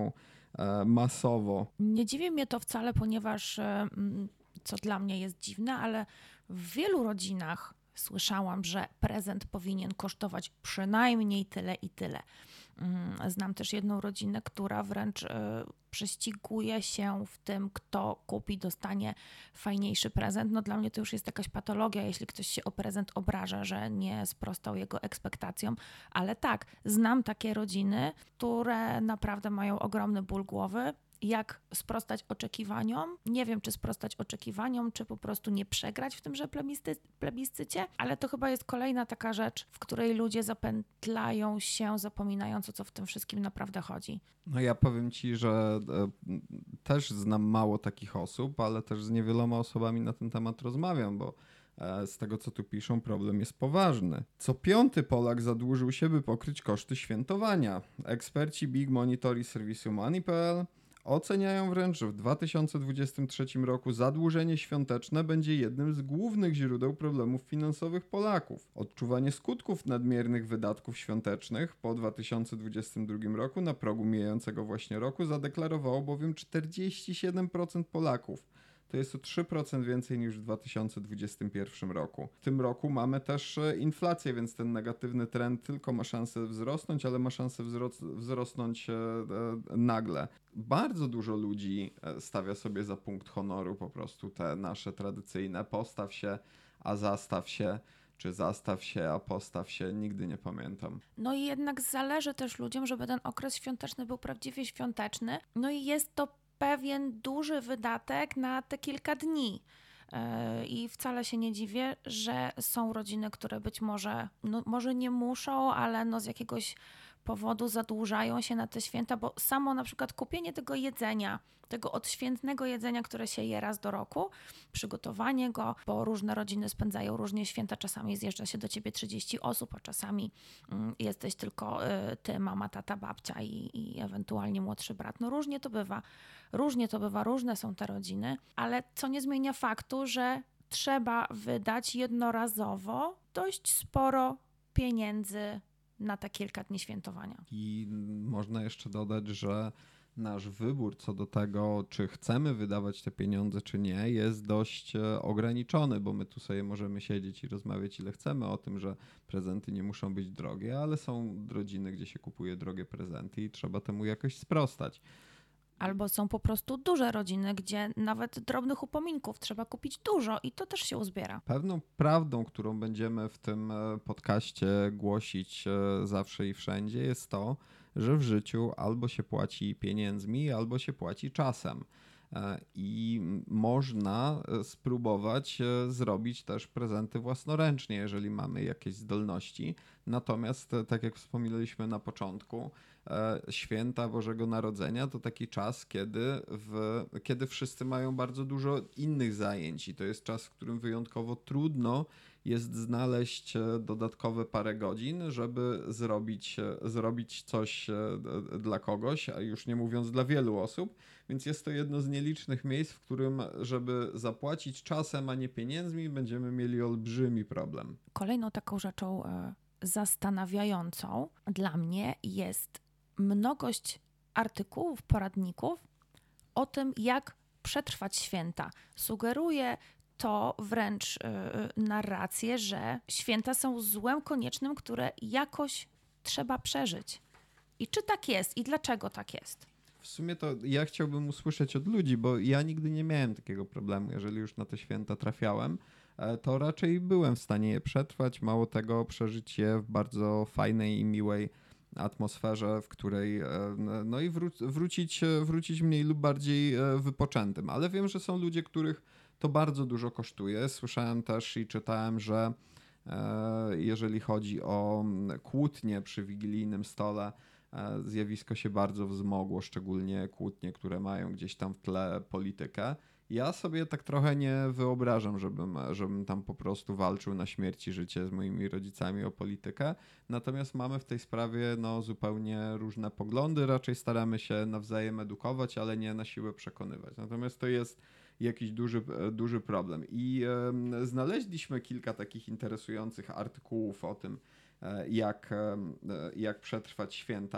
B: masowo.
C: Nie dziwi mnie to wcale, ponieważ co dla mnie jest dziwne, ale w wielu rodzinach słyszałam, że prezent powinien kosztować przynajmniej tyle i tyle. Znam też jedną rodzinę, która wręcz prześciguje się w tym, kto kupi, dostanie fajniejszy prezent. No dla mnie to już jest jakaś patologia, jeśli ktoś się o prezent obraża, że nie sprostał jego ekspektacjom. Ale tak, znam takie rodziny, które naprawdę mają ogromny ból głowy. Jak sprostać oczekiwaniom? Nie wiem, czy sprostać oczekiwaniom, czy po prostu nie przegrać w tymże plebiscy- plebiscycie, ale to chyba jest kolejna taka rzecz, w której ludzie zapętlają się, zapominając, o co w tym wszystkim naprawdę chodzi.
B: No ja powiem ci, że e, też znam mało takich osób, ale też z niewieloma osobami na ten temat rozmawiam, bo e, z tego, co tu piszą, problem jest poważny. Co piąty Polak zadłużył się, by pokryć koszty świętowania. Eksperci Big Monitor i serwisu Money kropka p l oceniają wręcz, że w dwa tysiące dwudziestym trzecim roku zadłużenie świąteczne będzie jednym z głównych źródeł problemów finansowych Polaków. Odczuwanie skutków nadmiernych wydatków świątecznych po dwa tysiące dwudziestym drugim roku na progu mijającego właśnie roku zadeklarowało bowiem czterdzieści siedem procent Polaków. To jest o trzy procent więcej niż w dwa tysiące dwudziestym pierwszym roku. W tym roku mamy też inflację, więc ten negatywny trend tylko ma szansę wzrosnąć, ale ma szansę wzro- wzrosnąć e, e, nagle. Bardzo dużo ludzi stawia sobie za punkt honoru po prostu te nasze tradycyjne postaw się, a zastaw się, czy zastaw się, a postaw się, nigdy nie pamiętam.
C: No i jednak zależy też ludziom, żeby ten okres świąteczny był prawdziwie świąteczny. No i jest to pewien duży wydatek na te kilka dni. I wcale się nie dziwię, że są rodziny, które być może, no może nie muszą, ale no z jakiegoś powodu zadłużają się na te święta, bo samo na przykład kupienie tego jedzenia, tego odświętnego jedzenia, które się je raz do roku, przygotowanie go, bo różne rodziny spędzają różnie święta, czasami zjeżdża się do ciebie trzydzieści osób, a czasami mm, jesteś tylko y, ty, mama, tata, babcia i, i ewentualnie młodszy brat. No różnie to bywa, różnie to bywa, różne są te rodziny, ale co nie zmienia faktu, że trzeba wydać jednorazowo dość sporo pieniędzy na te kilka dni świętowania.
B: I można jeszcze dodać, że nasz wybór co do tego, czy chcemy wydawać te pieniądze, czy nie, jest dość ograniczony, bo my tu sobie możemy siedzieć i rozmawiać ile chcemy o tym, że prezenty nie muszą być drogie, ale są rodziny, gdzie się kupuje drogie prezenty i trzeba temu jakoś sprostać.
C: Albo są po prostu duże rodziny, gdzie nawet drobnych upominków trzeba kupić dużo i to też się uzbiera.
B: Pewną prawdą, którą będziemy w tym podcaście głosić zawsze i wszędzie, jest to, że w życiu albo się płaci pieniędzmi, albo się płaci czasem. I można spróbować zrobić też prezenty własnoręcznie, jeżeli mamy jakieś zdolności. Natomiast, tak jak wspominaliśmy na początku, święta Bożego Narodzenia to taki czas, kiedy, w, kiedy wszyscy mają bardzo dużo innych zajęć i to jest czas, w którym wyjątkowo trudno jest znaleźć dodatkowe parę godzin, żeby zrobić, zrobić coś dla kogoś, a już nie mówiąc dla wielu osób, więc jest to jedno z nielicznych miejsc, w którym, żeby zapłacić czasem, a nie pieniędzmi, będziemy mieli olbrzymi problem.
C: Kolejną taką rzeczą zastanawiającą dla mnie jest mnogość artykułów, poradników o tym, jak przetrwać święta. Sugeruje to wręcz yy, narrację, że święta są złem koniecznym, które jakoś trzeba przeżyć. I czy tak jest i dlaczego tak jest?
B: W sumie to ja chciałbym usłyszeć od ludzi, bo ja nigdy nie miałem takiego problemu. Jeżeli już na te święta trafiałem, to raczej byłem w stanie je przetrwać. Mało tego, przeżyć je w bardzo fajnej i miłej atmosferze, w której no i wró- wrócić, wrócić mniej lub bardziej wypoczętym. Ale wiem, że są ludzie, których to bardzo dużo kosztuje. Słyszałem też i czytałem, że jeżeli chodzi o kłótnie przy wigilijnym stole, zjawisko się bardzo wzmogło, szczególnie kłótnie, które mają gdzieś tam w tle politykę. Ja sobie tak trochę nie wyobrażam, żebym, żebym tam po prostu walczył na śmierć i życie z moimi rodzicami o politykę. Natomiast mamy w tej sprawie no, zupełnie różne poglądy. Raczej staramy się nawzajem edukować, ale nie na siłę przekonywać. Natomiast to jest jakiś duży, duży problem. I e, znaleźliśmy kilka takich interesujących artykułów o tym, jak, jak przetrwać święta.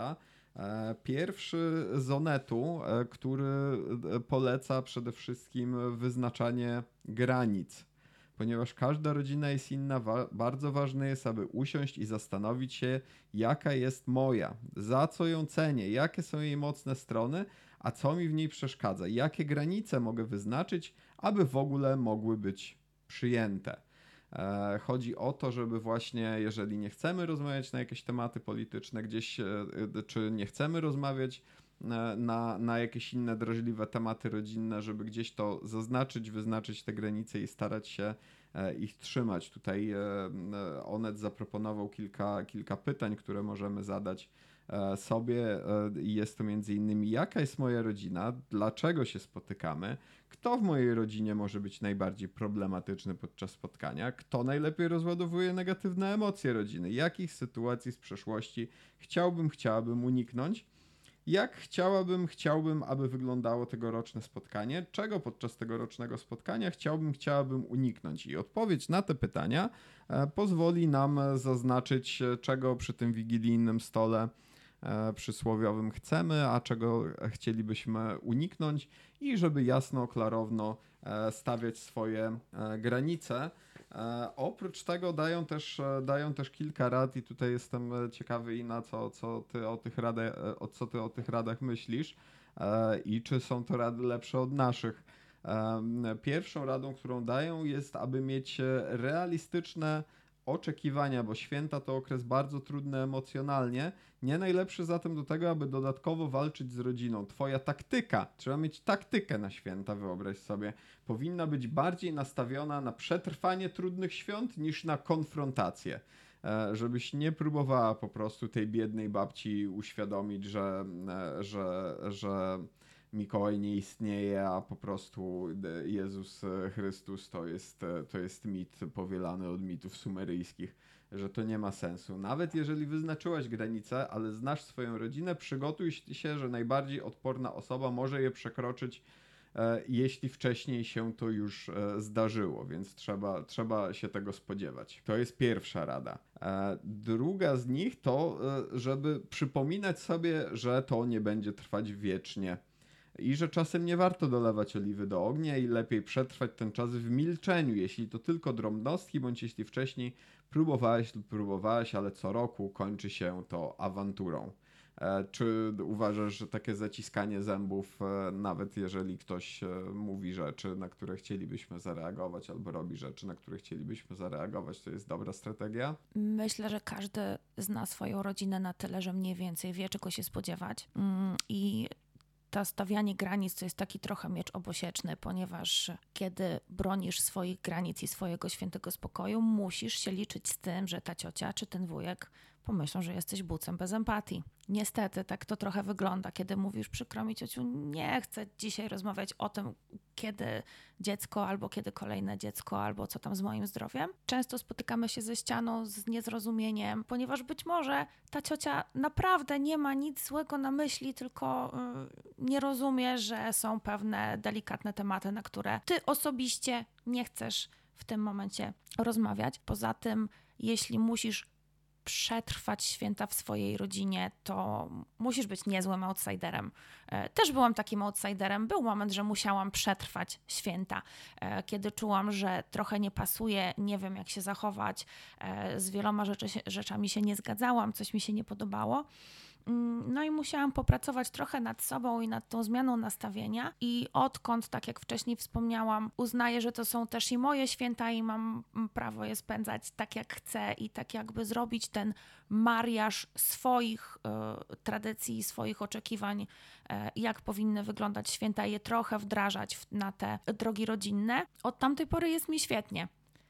B: Pierwszy z Onetu, który poleca przede wszystkim wyznaczanie granic. Ponieważ każda rodzina jest inna, wa- bardzo ważne jest, aby usiąść i zastanowić się, jaka jest moja, za co ją cenię, jakie są jej mocne strony, a co mi w niej przeszkadza, jakie granice mogę wyznaczyć, aby w ogóle mogły być przyjęte. E, Chodzi o to, żeby właśnie, jeżeli nie chcemy rozmawiać na jakieś tematy polityczne gdzieś, e, e, czy nie chcemy rozmawiać e, na, na jakieś inne drażliwe tematy rodzinne, żeby gdzieś to zaznaczyć, wyznaczyć te granice i starać się e, ich trzymać. Tutaj e, e, Onet zaproponował kilka, kilka pytań, które możemy zadać e, sobie e, i jest to między innymi, jaka jest moja rodzina, dlaczego się spotykamy, kto w mojej rodzinie może być najbardziej problematyczny podczas spotkania, kto najlepiej rozładowuje negatywne emocje rodziny, jakich sytuacji z przeszłości chciałbym, chciałabym uniknąć, jak chciałabym, chciałbym, aby wyglądało tegoroczne spotkanie, czego podczas tegorocznego spotkania chciałbym, chciałabym uniknąć. I odpowiedź na te pytania e, pozwoli nam zaznaczyć, e, czego przy tym wigilijnym stole e, przysłowiowym chcemy, a czego chcielibyśmy uniknąć i żeby jasno, klarowno e, stawiać swoje e, granice. E, Oprócz tego dają też, e, dają też kilka rad i tutaj jestem e, ciekawy i na co, co ty o tych radach, e, o co ty o tych radach myślisz e, i czy są to rady lepsze od naszych. Em, Pierwszą radą, którą dają, jest, aby mieć e, realistyczne oczekiwania, bo święta to okres bardzo trudny emocjonalnie. Nie najlepszy zatem do tego, aby dodatkowo walczyć z rodziną. Twoja taktyka, trzeba mieć taktykę na święta, wyobraź sobie, powinna być bardziej nastawiona na przetrwanie trudnych świąt niż na konfrontację. E, Żebyś nie próbowała po prostu tej biednej babci uświadomić, że, e, że, że Mikołaj nie istnieje, a po prostu Jezus Chrystus to jest, to jest mit powielany od mitów sumeryjskich, że to nie ma sensu. Nawet jeżeli wyznaczyłaś granice, ale znasz swoją rodzinę, przygotuj się, że najbardziej odporna osoba może je przekroczyć, e, jeśli wcześniej się to już e, zdarzyło, więc trzeba, trzeba się tego spodziewać. To jest pierwsza rada. E, druga z nich to, e, żeby przypominać sobie, że to nie będzie trwać wiecznie. I że czasem nie warto dolewać oliwy do ognia i lepiej przetrwać ten czas w milczeniu, jeśli to tylko drobnostki, bądź jeśli wcześniej próbowałeś lub próbowałaś, ale co roku kończy się to awanturą. E, czy uważasz, że takie zaciskanie zębów, e, nawet jeżeli ktoś e, mówi rzeczy, na które chcielibyśmy zareagować, albo robi rzeczy, na które chcielibyśmy zareagować, to jest dobra strategia?
C: Myślę, że każdy zna swoją rodzinę na tyle, że mniej więcej wie, czego się spodziewać. Mm, I to stawianie granic to jest taki trochę miecz obosieczny, ponieważ kiedy bronisz swoich granic i swojego świętego spokoju, musisz się liczyć z tym, że ta ciocia czy ten wujek pomyślą, że jesteś bucem bez empatii. Niestety tak to trochę wygląda, kiedy mówisz, przykro mi ciociu, nie chcę dzisiaj rozmawiać o tym, kiedy dziecko, albo kiedy kolejne dziecko, albo co tam z moim zdrowiem. Często spotykamy się ze ścianą, z niezrozumieniem, ponieważ być może ta ciocia naprawdę nie ma nic złego na myśli, tylko yy, nie rozumie, że są pewne delikatne tematy, na które ty osobiście nie chcesz w tym momencie rozmawiać. Poza tym, jeśli musisz przetrwać święta w swojej rodzinie, to musisz być niezłym outsiderem. Też byłam takim outsiderem. Był moment, że musiałam przetrwać święta, kiedy czułam, że trochę nie pasuje, nie wiem jak się zachować, z wieloma rzeczy, rzeczami się nie zgadzałam, coś mi się nie podobało. No i musiałam popracować trochę nad sobą i nad tą zmianą nastawienia i odkąd, tak jak wcześniej wspomniałam, uznaję, że to są też i moje święta i mam prawo je spędzać tak jak chcę i tak jakby zrobić ten mariaż swoich y, tradycji i swoich oczekiwań, y, jak powinny wyglądać święta i je trochę wdrażać w, na te drogi rodzinne. Od tamtej pory jest mi świetnie.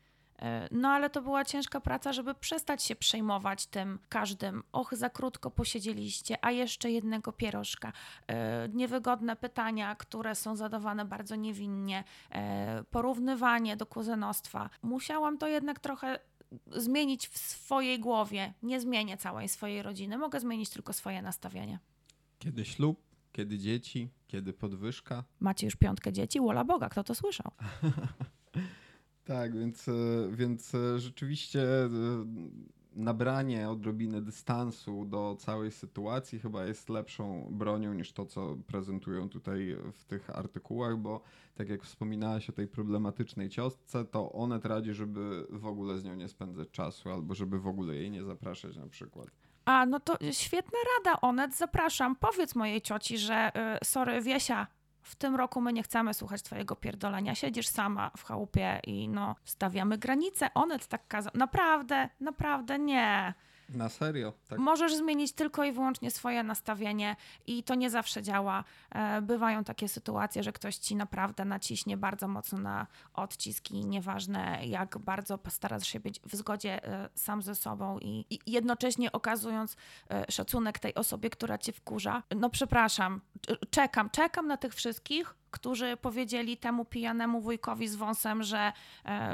C: No ale to była ciężka praca, żeby przestać się przejmować tym każdym. Och, za krótko posiedzieliście, a jeszcze jednego pierożka. Niewygodne pytania, które są zadawane bardzo niewinnie. Porównywanie do kuzynostwa. Musiałam to jednak trochę zmienić w swojej głowie. Nie zmienię całej swojej rodziny, mogę zmienić tylko swoje nastawienie.
B: Kiedy ślub, kiedy dzieci, kiedy podwyżka.
C: Macie już piątkę dzieci? Wola Boga, kto to słyszał?
B: Tak, więc, więc rzeczywiście nabranie odrobiny dystansu do całej sytuacji chyba jest lepszą bronią niż to, co prezentują tutaj w tych artykułach, bo tak jak wspominałaś o tej problematycznej ciotce, to Onet radzi, żeby w ogóle z nią nie spędzać czasu albo żeby w ogóle jej nie zapraszać na przykład.
C: A, no to świetna rada, Onet, zapraszam. Powiedz mojej cioci, że y, sorry, Wiesia, w tym roku my nie chcemy słuchać twojego pierdolenia. Siedzisz sama w chałupie i no, stawiamy granice. Onet tak kazał. Naprawdę, naprawdę nie.
B: Na serio? Tak.
C: Możesz zmienić tylko i wyłącznie swoje nastawienie i to nie zawsze działa. E, Bywają takie sytuacje, że ktoś ci naprawdę naciśnie bardzo mocno na odcisk i nieważne jak bardzo postarasz się być w zgodzie e, sam ze sobą i, i jednocześnie okazując e, szacunek tej osobie, która cię wkurza. No przepraszam, c- czekam, czekam na tych wszystkich, którzy powiedzieli temu pijanemu wujkowi z wąsem, że e,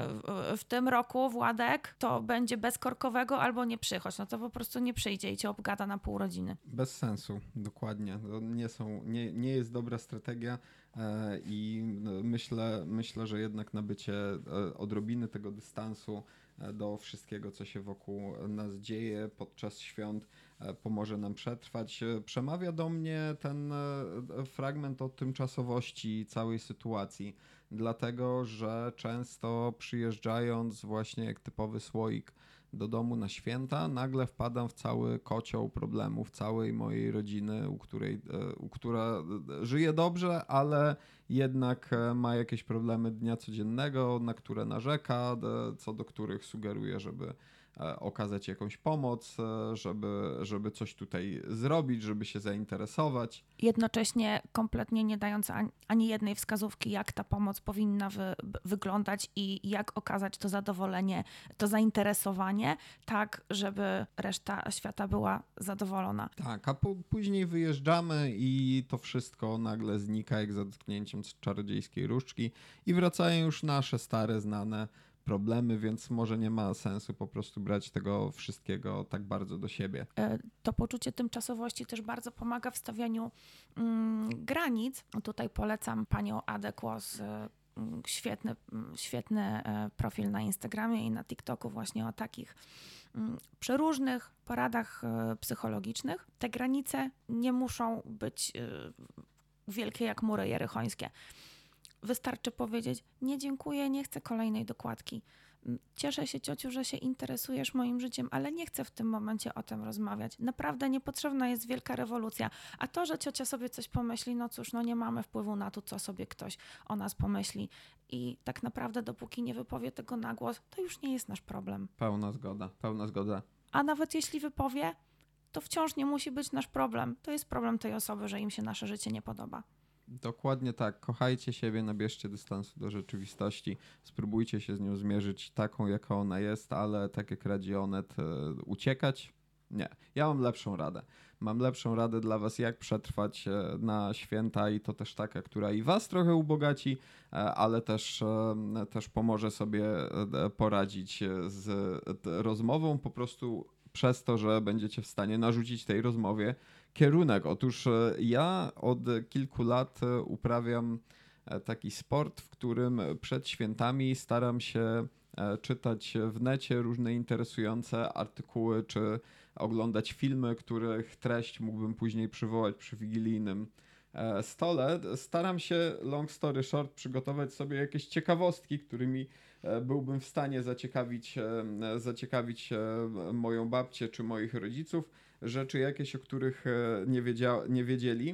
C: w, w tym roku, Władek, to będzie bez korkowego albo nie przychodź. No to po prostu nie przyjdzie i cię obgada na pół rodziny.
B: Bez sensu, dokładnie. To nie, są, nie, nie jest dobra strategia e, i no, myślę, myślę, że jednak nabycie e, odrobiny tego dystansu e, do wszystkiego, co się wokół nas dzieje podczas świąt, e, pomoże nam przetrwać. E, Przemawia do mnie ten e, fragment o tymczasowości całej sytuacji, dlatego że często przyjeżdżając właśnie jak typowy słoik do domu na święta, nagle wpadam w cały kocioł problemów całej mojej rodziny, u której, e, u która żyje dobrze, ale jednak e, ma jakieś problemy dnia codziennego, na które narzeka, e, co do których sugeruje, żeby e, okazać jakąś pomoc, e, żeby, żeby coś tutaj zrobić, żeby się zainteresować.
C: Jednocześnie kompletnie nie dając ani, ani jednej wskazówki, jak ta pomoc powinna wy, b- wyglądać i jak okazać to zadowolenie, to zainteresowanie, tak, żeby reszta świata była zadowolona.
B: Tak, a po, później wyjeżdżamy i to wszystko nagle znika jak za dotknięciem czarodziejskiej różdżki i wracają już nasze stare, znane problemy, więc może nie ma sensu po prostu brać tego wszystkiego tak bardzo do siebie.
C: E, To poczucie tymczasowości też bardzo pomaga w stawianiu mm, granic. Tutaj polecam panią Adę Kłos, e, mm, świetny, mm, świetny e, profil na Instagramie i na TikToku właśnie o takich mm, przeróżnych poradach e, psychologicznych. Te granice nie muszą być e, wielkie jak mury jerychońskie. Wystarczy powiedzieć: nie dziękuję, nie chcę kolejnej dokładki. Cieszę się, ciociu, że się interesujesz moim życiem, ale nie chcę w tym momencie o tym rozmawiać. Naprawdę niepotrzebna jest wielka rewolucja. A to, że ciocia sobie coś pomyśli, no cóż, no nie mamy wpływu na to, co sobie ktoś o nas pomyśli. I tak naprawdę dopóki nie wypowie tego na głos, to już nie jest nasz problem.
B: Pełna zgoda, pełna zgoda.
C: A nawet jeśli wypowie, to wciąż nie musi być nasz problem. To jest problem tej osoby, że im się nasze życie nie podoba.
B: Dokładnie tak. Kochajcie siebie, nabierzcie dystansu do rzeczywistości, spróbujcie się z nią zmierzyć taką, jaka ona jest, ale tak jak radzi Onet, e, uciekać? Nie. Ja mam lepszą radę. Mam lepszą radę dla was, jak przetrwać e, na święta i to też taka, która i was trochę ubogaci, e, ale też, e, też pomoże sobie e, poradzić e, z e, rozmową po prostu przez to, że będziecie w stanie narzucić tej rozmowie kierunek. Otóż e, ja od kilku lat e, uprawiam e, taki sport, w którym przed świętami staram się e, czytać w necie różne interesujące artykuły, czy oglądać filmy, których treść mógłbym później przywołać przy wigilijnym e, stole. Staram się, long story short, przygotować sobie jakieś ciekawostki, którymi e, byłbym w stanie zaciekawić, e, zaciekawić e, moją babcię czy moich rodziców. Rzeczy jakieś, o których e, nie, wiedzia, nie wiedzieli.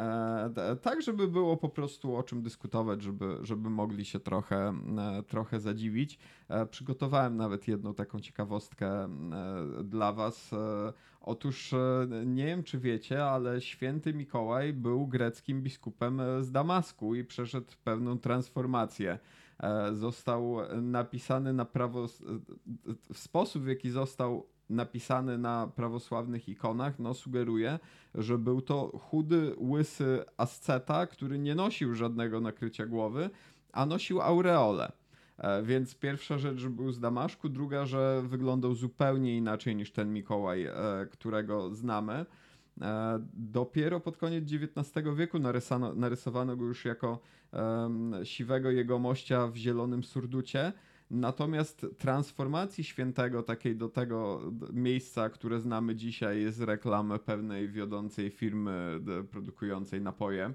B: E, t- tak, żeby było po prostu o czym dyskutować, żeby, żeby mogli się trochę, e, trochę zadziwić. E, przygotowałem nawet jedną taką ciekawostkę e, dla was. E, otóż e, nie wiem, czy wiecie, ale święty Mikołaj był greckim biskupem e, z Damasku i przeszedł pewną transformację. E, został napisany na prawo... W sposób, w jaki został napisany na prawosławnych ikonach, no sugeruje, że był to chudy, łysy asceta, który nie nosił żadnego nakrycia głowy, a nosił aureolę. E, Więc pierwsza rzecz, że był z Damaszku, druga, że wyglądał zupełnie inaczej niż ten Mikołaj, e, którego znamy. E, Dopiero pod koniec dziewiętnastego wieku narysano, narysowano go już jako em, siwego jegomościa w zielonym surducie. Natomiast transformacji świętego takiej do tego miejsca, które znamy dzisiaj z reklamy pewnej wiodącej firmy produkującej napoje,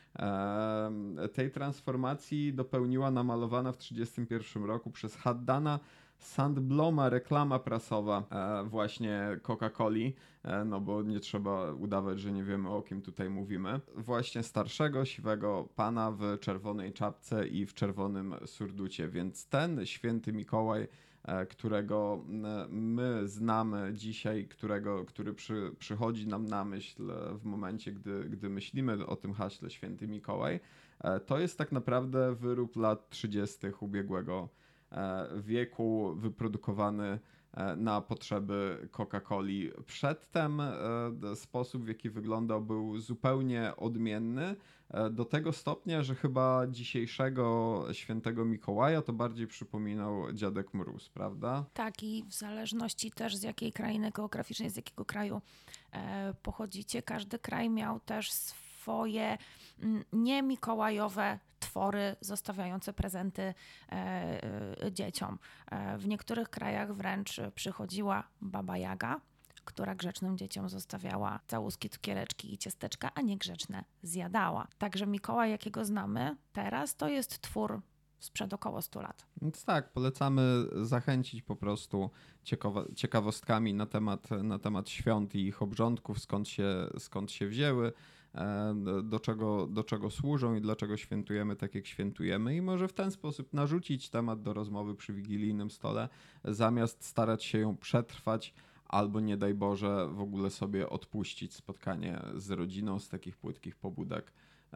B: tej transformacji dopełniła namalowana w tysiąc dziewięćset trzydziestym pierwszym roku przez Haddana Sandbloma reklama prasowa właśnie Coca-Coli, no bo nie trzeba udawać, że nie wiemy, o kim tutaj mówimy. Właśnie starszego, siwego pana w czerwonej czapce i w czerwonym surducie, więc ten święty Mikołaj, którego my znamy dzisiaj, którego, który przy, przychodzi nam na myśl w momencie, gdy, gdy myślimy o tym haśle święty Mikołaj, to jest tak naprawdę wyrób lat trzydziestych ubiegłego wieku, wyprodukowany na potrzeby Coca-Coli. Przedtem sposób, w jaki wyglądał, był zupełnie odmienny, do tego stopnia, że chyba dzisiejszego świętego Mikołaja to bardziej przypominał Dziadek Mróz, prawda?
C: Tak, i w zależności też z jakiej krainy geograficznej, z jakiego kraju e, pochodzicie, każdy kraj miał też swoje mm, nie mikołajowe twory zostawiające prezenty e, e, dzieciom. E, w niektórych krajach wręcz przychodziła Baba Jaga, która grzecznym dzieciom zostawiała całuski, cukiereczki i ciasteczka, a niegrzeczne zjadała. Także Mikołaj, jakiego znamy teraz, to jest twór sprzed około stu lat.
B: Więc tak, polecamy zachęcić po prostu ciekawa, ciekawostkami na temat, na temat świąt i ich obrządków, skąd się, skąd się wzięły, do czego, do czego służą i dlaczego świętujemy tak, jak świętujemy, i może w ten sposób narzucić temat do rozmowy przy wigilijnym stole, zamiast starać się ją przetrwać albo nie daj Boże w ogóle sobie odpuścić spotkanie z rodziną z takich płytkich pobudek,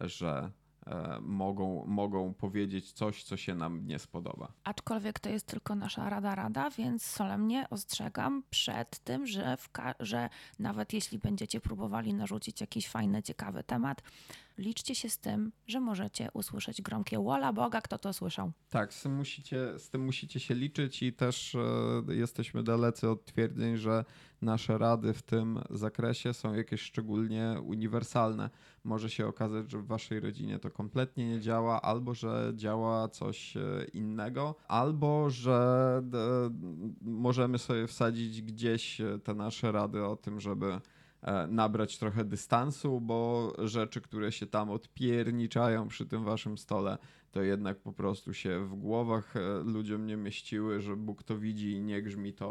B: że e, mogą, mogą powiedzieć coś, co się nam nie spodoba.
C: Aczkolwiek to jest tylko nasza rada rada, więc solemnie ostrzegam przed tym, że, w ka- że nawet jeśli będziecie próbowali narzucić jakiś fajny, ciekawy temat, liczcie się z tym, że możecie usłyszeć gromkie wola Boga, kto to słyszał.
B: Tak, z tym musicie, z tym musicie się liczyć i też e, jesteśmy dalecy od twierdzeń, że nasze rady w tym zakresie są jakieś szczególnie uniwersalne. Może się okazać, że w waszej rodzinie to kompletnie nie działa, albo że działa coś innego, albo że e, możemy sobie wsadzić gdzieś te nasze rady o tym, żeby nabrać trochę dystansu, bo rzeczy, które się tam odpierniczają przy tym waszym stole, to jednak po prostu się w głowach ludziom nie mieściły, że Bóg to widzi i nie grzmi to.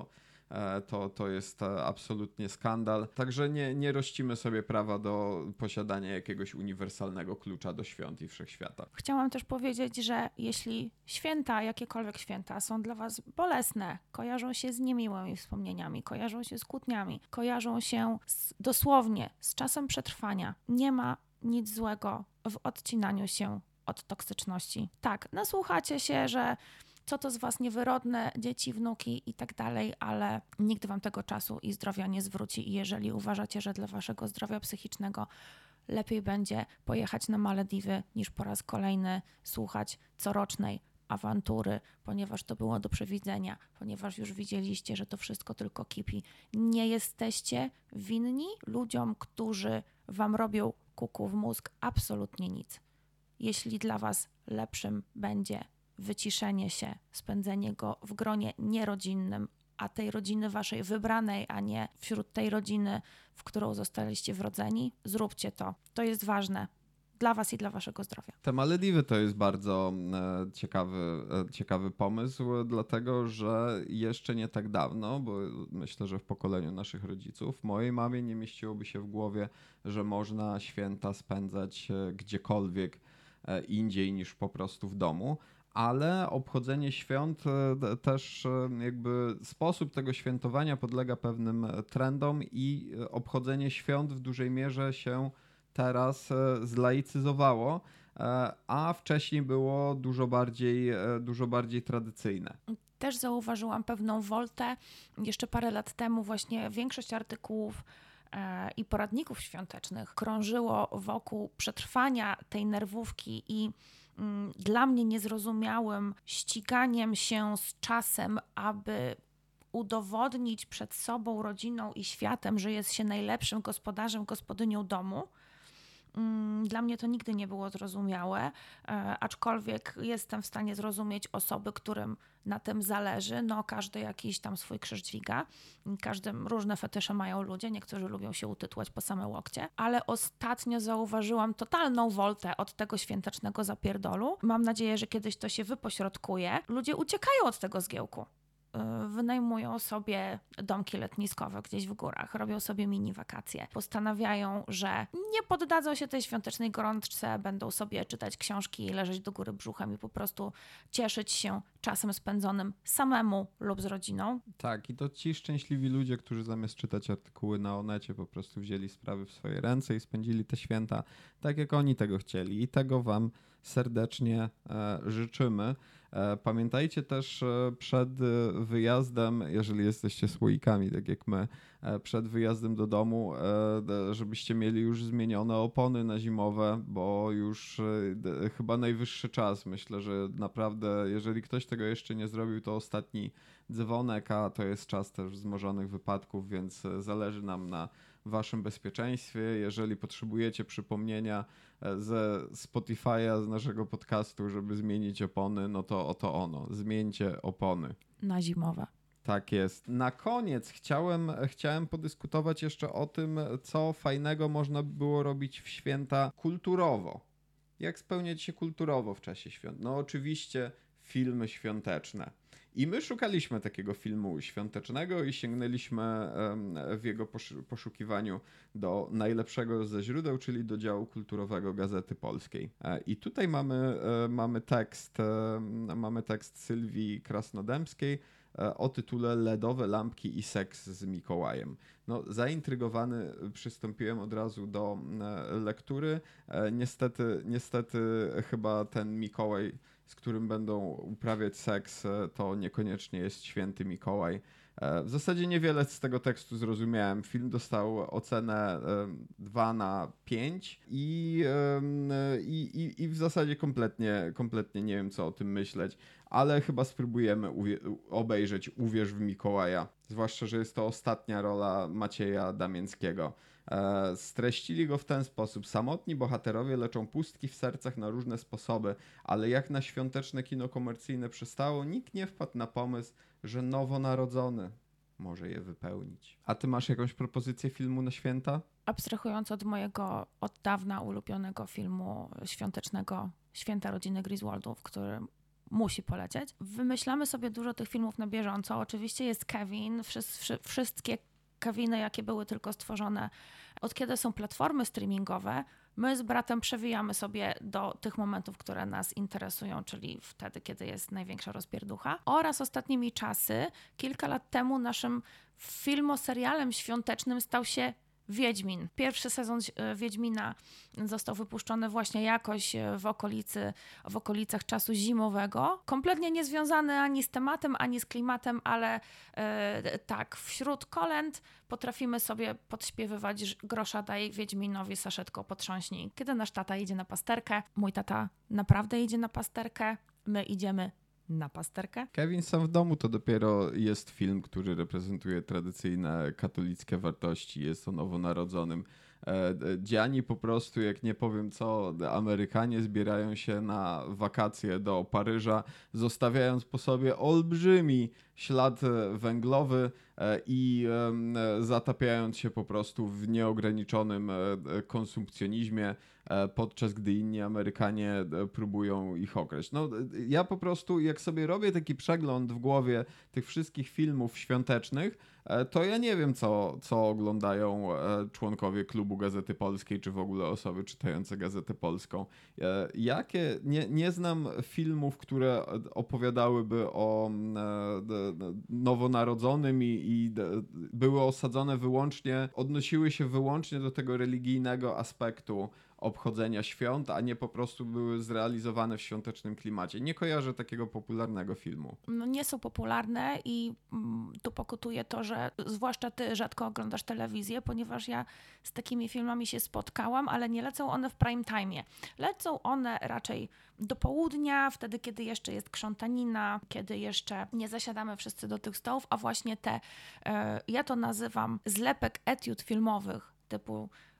B: To, to jest absolutnie skandal. Także nie, nie rościmy sobie prawa do posiadania jakiegoś uniwersalnego klucza do świąt i wszechświata.
C: Chciałam też powiedzieć, że jeśli święta, jakiekolwiek święta są dla was bolesne, kojarzą się z niemiłymi wspomnieniami, kojarzą się z kłótniami, kojarzą się z, dosłownie z czasem przetrwania, nie ma nic złego w odcinaniu się od toksyczności. Tak, nasłuchacie się, że co to z was niewyrodne, dzieci, wnuki i tak dalej, ale nikt wam tego czasu i zdrowia nie zwróci i jeżeli uważacie, że dla waszego zdrowia psychicznego lepiej będzie pojechać na Malediwy niż po raz kolejny słuchać corocznej awantury, ponieważ to było do przewidzenia, ponieważ już widzieliście, że to wszystko tylko kipi. Nie jesteście winni ludziom, którzy wam robią kuku w mózg, absolutnie nic. Jeśli dla was lepszym będzie wyciszenie się, spędzenie go w gronie nierodzinnym, a tej rodziny waszej wybranej, a nie wśród tej rodziny, w którą zostaliście wrodzeni, zróbcie to. To jest ważne dla was i dla waszego zdrowia.
B: Te Malediwy to jest bardzo e, ciekawy, e, ciekawy pomysł, dlatego że jeszcze nie tak dawno, bo myślę, że w pokoleniu naszych rodziców, mojej mamie nie mieściłoby się w głowie, że można święta spędzać e, gdziekolwiek e, indziej niż po prostu w domu. Ale obchodzenie świąt też jakby sposób tego świętowania podlega pewnym trendom i obchodzenie świąt w dużej mierze się teraz zlaicyzowało, a wcześniej było dużo bardziej, dużo bardziej tradycyjne.
C: Też zauważyłam pewną woltę. Jeszcze parę lat temu właśnie większość artykułów i poradników świątecznych krążyło wokół przetrwania tej nerwówki i dla mnie niezrozumiałym ściganiem się z czasem, aby udowodnić przed sobą, rodziną i światem, że jest się najlepszym gospodarzem, gospodynią domu. Dla mnie to nigdy nie było zrozumiałe, aczkolwiek jestem w stanie zrozumieć osoby, którym na tym zależy. No każdy jakiś tam swój krzyż dźwiga, każdy różne fetysze mają ludzie, niektórzy lubią się utytłać po same łokcie, ale ostatnio zauważyłam totalną woltę od tego świątecznego zapierdolu. Mam nadzieję, że kiedyś to się wypośrodkuje. Ludzie uciekają od tego zgiełku. Wynajmują sobie domki letniskowe gdzieś w górach, robią sobie mini wakacje. Postanawiają, że nie poddadzą się tej świątecznej gorączce, będą sobie czytać książki, leżeć do góry brzuchem i po prostu cieszyć się czasem spędzonym samemu lub z rodziną.
B: Tak, i to ci szczęśliwi ludzie, którzy zamiast czytać artykuły na Onecie po prostu wzięli sprawy w swoje ręce i spędzili te święta tak, jak oni tego chcieli. I tego wam serdecznie e, życzymy. E, pamiętajcie też e, przed wyjazdem, jeżeli jesteście słoikami, tak jak my, e, przed wyjazdem do domu, e, żebyście mieli już zmienione opony na zimowe, bo już e, chyba najwyższy czas. Myślę, że naprawdę, jeżeli ktoś tego jeszcze nie zrobił, to ostatni dzwonek, a to jest czas też wzmożonych wypadków, więc zależy nam na waszym bezpieczeństwie. Jeżeli potrzebujecie przypomnienia ze Spotify'a, z naszego podcastu, żeby zmienić opony, no to oto ono. Zmieńcie opony.
C: Na zimowe.
B: Tak jest. Na koniec chciałem, chciałem podyskutować jeszcze o tym, co fajnego można by było robić w święta kulturowo. Jak spełniać się kulturowo w czasie świąt? No oczywiście filmy świąteczne. I my szukaliśmy takiego filmu świątecznego i sięgnęliśmy w jego poszukiwaniu do najlepszego ze źródeł, czyli do działu kulturowego Gazety Polskiej. I tutaj mamy, mamy tekst, mamy tekst Sylwii Krasnodębskiej o tytule Ledowe lampki i seks z Mikołajem. No, zaintrygowany przystąpiłem od razu do lektury. Niestety, niestety chyba ten Mikołaj, z którym będą uprawiać seks, to niekoniecznie jest święty Mikołaj. W zasadzie niewiele z tego tekstu zrozumiałem. Film dostał ocenę dwa na pięć i, i, i w zasadzie kompletnie, kompletnie nie wiem, co o tym myśleć, ale chyba spróbujemy uwie- obejrzeć Uwierz w Mikołaja. Zwłaszcza, że jest to ostatnia rola Macieja Damięckiego. Streścili go w ten sposób. Samotni bohaterowie leczą pustki w sercach na różne sposoby, ale jak na świąteczne kino komercyjne przystało, nikt nie wpadł na pomysł, że nowonarodzony może je wypełnić. A ty masz jakąś propozycję filmu na święta?
C: Abstrahując od mojego od dawna ulubionego filmu świątecznego Święta Rodziny Griswoldów, który musi polecieć. Wymyślamy sobie dużo tych filmów na bieżąco. Oczywiście jest Kevin, wszy- wszystkie Keviny, jakie były tylko stworzone. Od kiedy są platformy streamingowe, my z bratem przewijamy sobie do tych momentów, które nas interesują, czyli wtedy, kiedy jest największa rozpierducha. Oraz ostatnimi czasy, kilka lat temu naszym filmoserialem świątecznym stał się Wiedźmin. Pierwszy sezon Wiedźmina został wypuszczony właśnie jakoś w okolicy, w okolicach czasu zimowego. Kompletnie niezwiązany ani z tematem, ani z klimatem, ale e, tak, wśród kolęd potrafimy sobie podśpiewywać grosza daj Wiedźminowi saszetką potrząśnij. Kiedy nasz tata idzie na pasterkę, mój tata naprawdę idzie na pasterkę, my idziemy na pasterkę.
B: Kevin sam w domu to dopiero jest film, który reprezentuje tradycyjne katolickie wartości. Jest o nowonarodzonym. Dziani po prostu, jak nie powiem co, Amerykanie zbierają się na wakacje do Paryża, zostawiając po sobie olbrzymi ślad węglowy i zatapiając się po prostu w nieograniczonym konsumpcjonizmie, podczas gdy inni Amerykanie próbują ich okraść. No, ja po prostu, jak sobie robię taki przegląd w głowie tych wszystkich filmów świątecznych, to ja nie wiem, co, co oglądają członkowie klubu Gazety Polskiej, czy w ogóle osoby czytające Gazetę Polską. Jakie, nie, nie znam filmów, które opowiadałyby o nowonarodzonym i, i były osadzone wyłącznie, odnosiły się wyłącznie do tego religijnego aspektu obchodzenia świąt, a nie po prostu były zrealizowane w świątecznym klimacie. Nie kojarzę takiego popularnego filmu.
C: No nie są popularne i mm, tu pokutuje to, że zwłaszcza ty rzadko oglądasz telewizję, ponieważ ja z takimi filmami się spotkałam, ale nie lecą one w prime time. Lecą one raczej do południa, wtedy kiedy jeszcze jest krzątanina, kiedy jeszcze nie zasiadamy wszyscy do tych stołów, a właśnie te, e, ja to nazywam zlepek etiud filmowych typu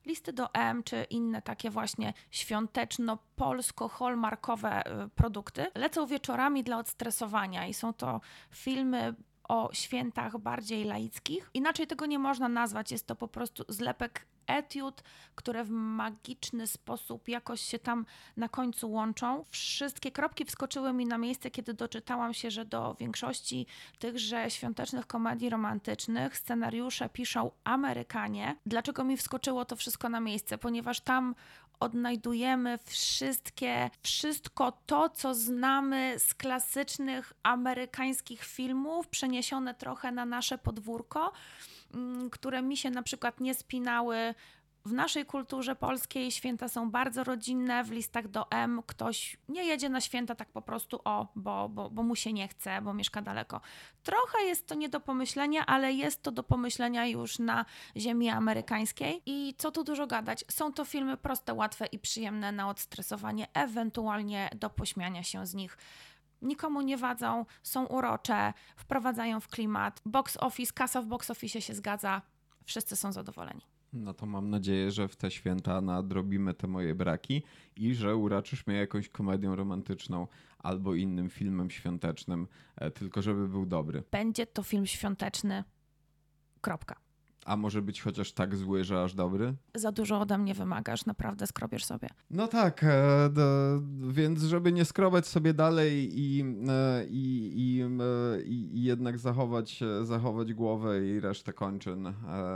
C: Listy do M, czy inne takie właśnie świąteczno-polsko-hallmarkowe y, produkty lecą wieczorami dla odstresowania i są to filmy o świętach bardziej laickich. Inaczej tego nie można nazwać, jest to po prostu zlepek etiud, które w magiczny sposób jakoś się tam na końcu łączą. Wszystkie kropki wskoczyły mi na miejsce, kiedy doczytałam się, że do większości tychże świątecznych komedii romantycznych scenariusze piszą Amerykanie. Dlaczego mi wskoczyło to wszystko na miejsce? Ponieważ tam odnajdujemy wszystkie, wszystko to, co znamy z klasycznych amerykańskich filmów, przeniesione trochę na nasze podwórko, które mi się na przykład nie spinały. W naszej kulturze polskiej święta są bardzo rodzinne, w listach do M ktoś nie jedzie na święta tak po prostu o, bo, bo, bo mu się nie chce, bo mieszka daleko. Trochę jest to nie do pomyślenia, ale jest to do pomyślenia już na ziemi amerykańskiej. I co tu dużo gadać, są to filmy proste, łatwe i przyjemne na odstresowanie, ewentualnie do pośmiania się z nich. Nikomu nie wadzą, są urocze, wprowadzają w klimat. Box office, kasa w box office się zgadza, wszyscy są zadowoleni.
B: No to mam nadzieję, że w te święta nadrobimy te moje braki i że uraczysz mnie jakąś komedią romantyczną albo innym filmem świątecznym, tylko żeby był dobry.
C: Będzie to film świąteczny. Kropka.
B: A może być chociaż tak zły, że aż dobry?
C: Za dużo ode mnie wymagasz, naprawdę skrobiesz sobie.
B: No tak, e, d, więc żeby nie skrobać sobie dalej i, e, i, i, e, i jednak zachować, zachować głowę i resztę kończyn e, e,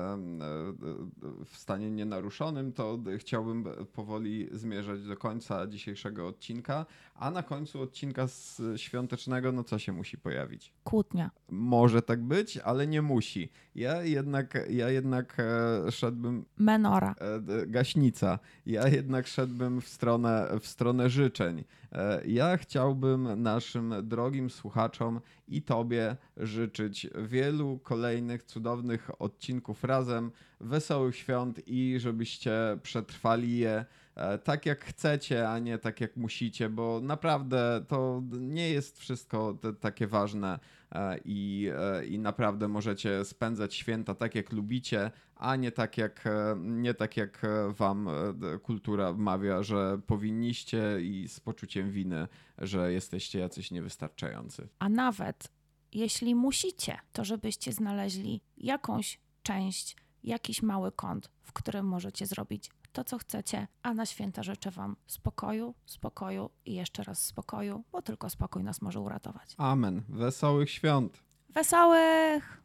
B: w stanie nienaruszonym, to chciałbym powoli zmierzać do końca dzisiejszego odcinka, a na końcu odcinka z świątecznego, no co się musi pojawić?
C: Kłótnia.
B: Może tak być, ale nie musi. Ja jednak, ja jednak e, szedłbym...
C: Menora.
B: E, gaśnica. Ja jednak szedłbym w stronę, w stronę życzeń. E, ja chciałbym naszym drogim słuchaczom i tobie życzyć wielu kolejnych cudownych odcinków razem, wesołych świąt i żebyście przetrwali je tak jak chcecie, a nie tak jak musicie, bo naprawdę to nie jest wszystko te, takie ważne i, i naprawdę możecie spędzać święta tak jak lubicie, a nie tak jak, nie tak jak wam kultura wmawia, że powinniście i z poczuciem winy, że jesteście jacyś niewystarczający.
C: A nawet jeśli musicie, to żebyście znaleźli jakąś część, jakiś mały kąt, w którym możecie zrobić to, co chcecie, a na święta życzę wam spokoju, spokoju i jeszcze raz spokoju, bo tylko spokój nas może uratować.
B: Amen. Wesołych świąt.
C: Wesołych!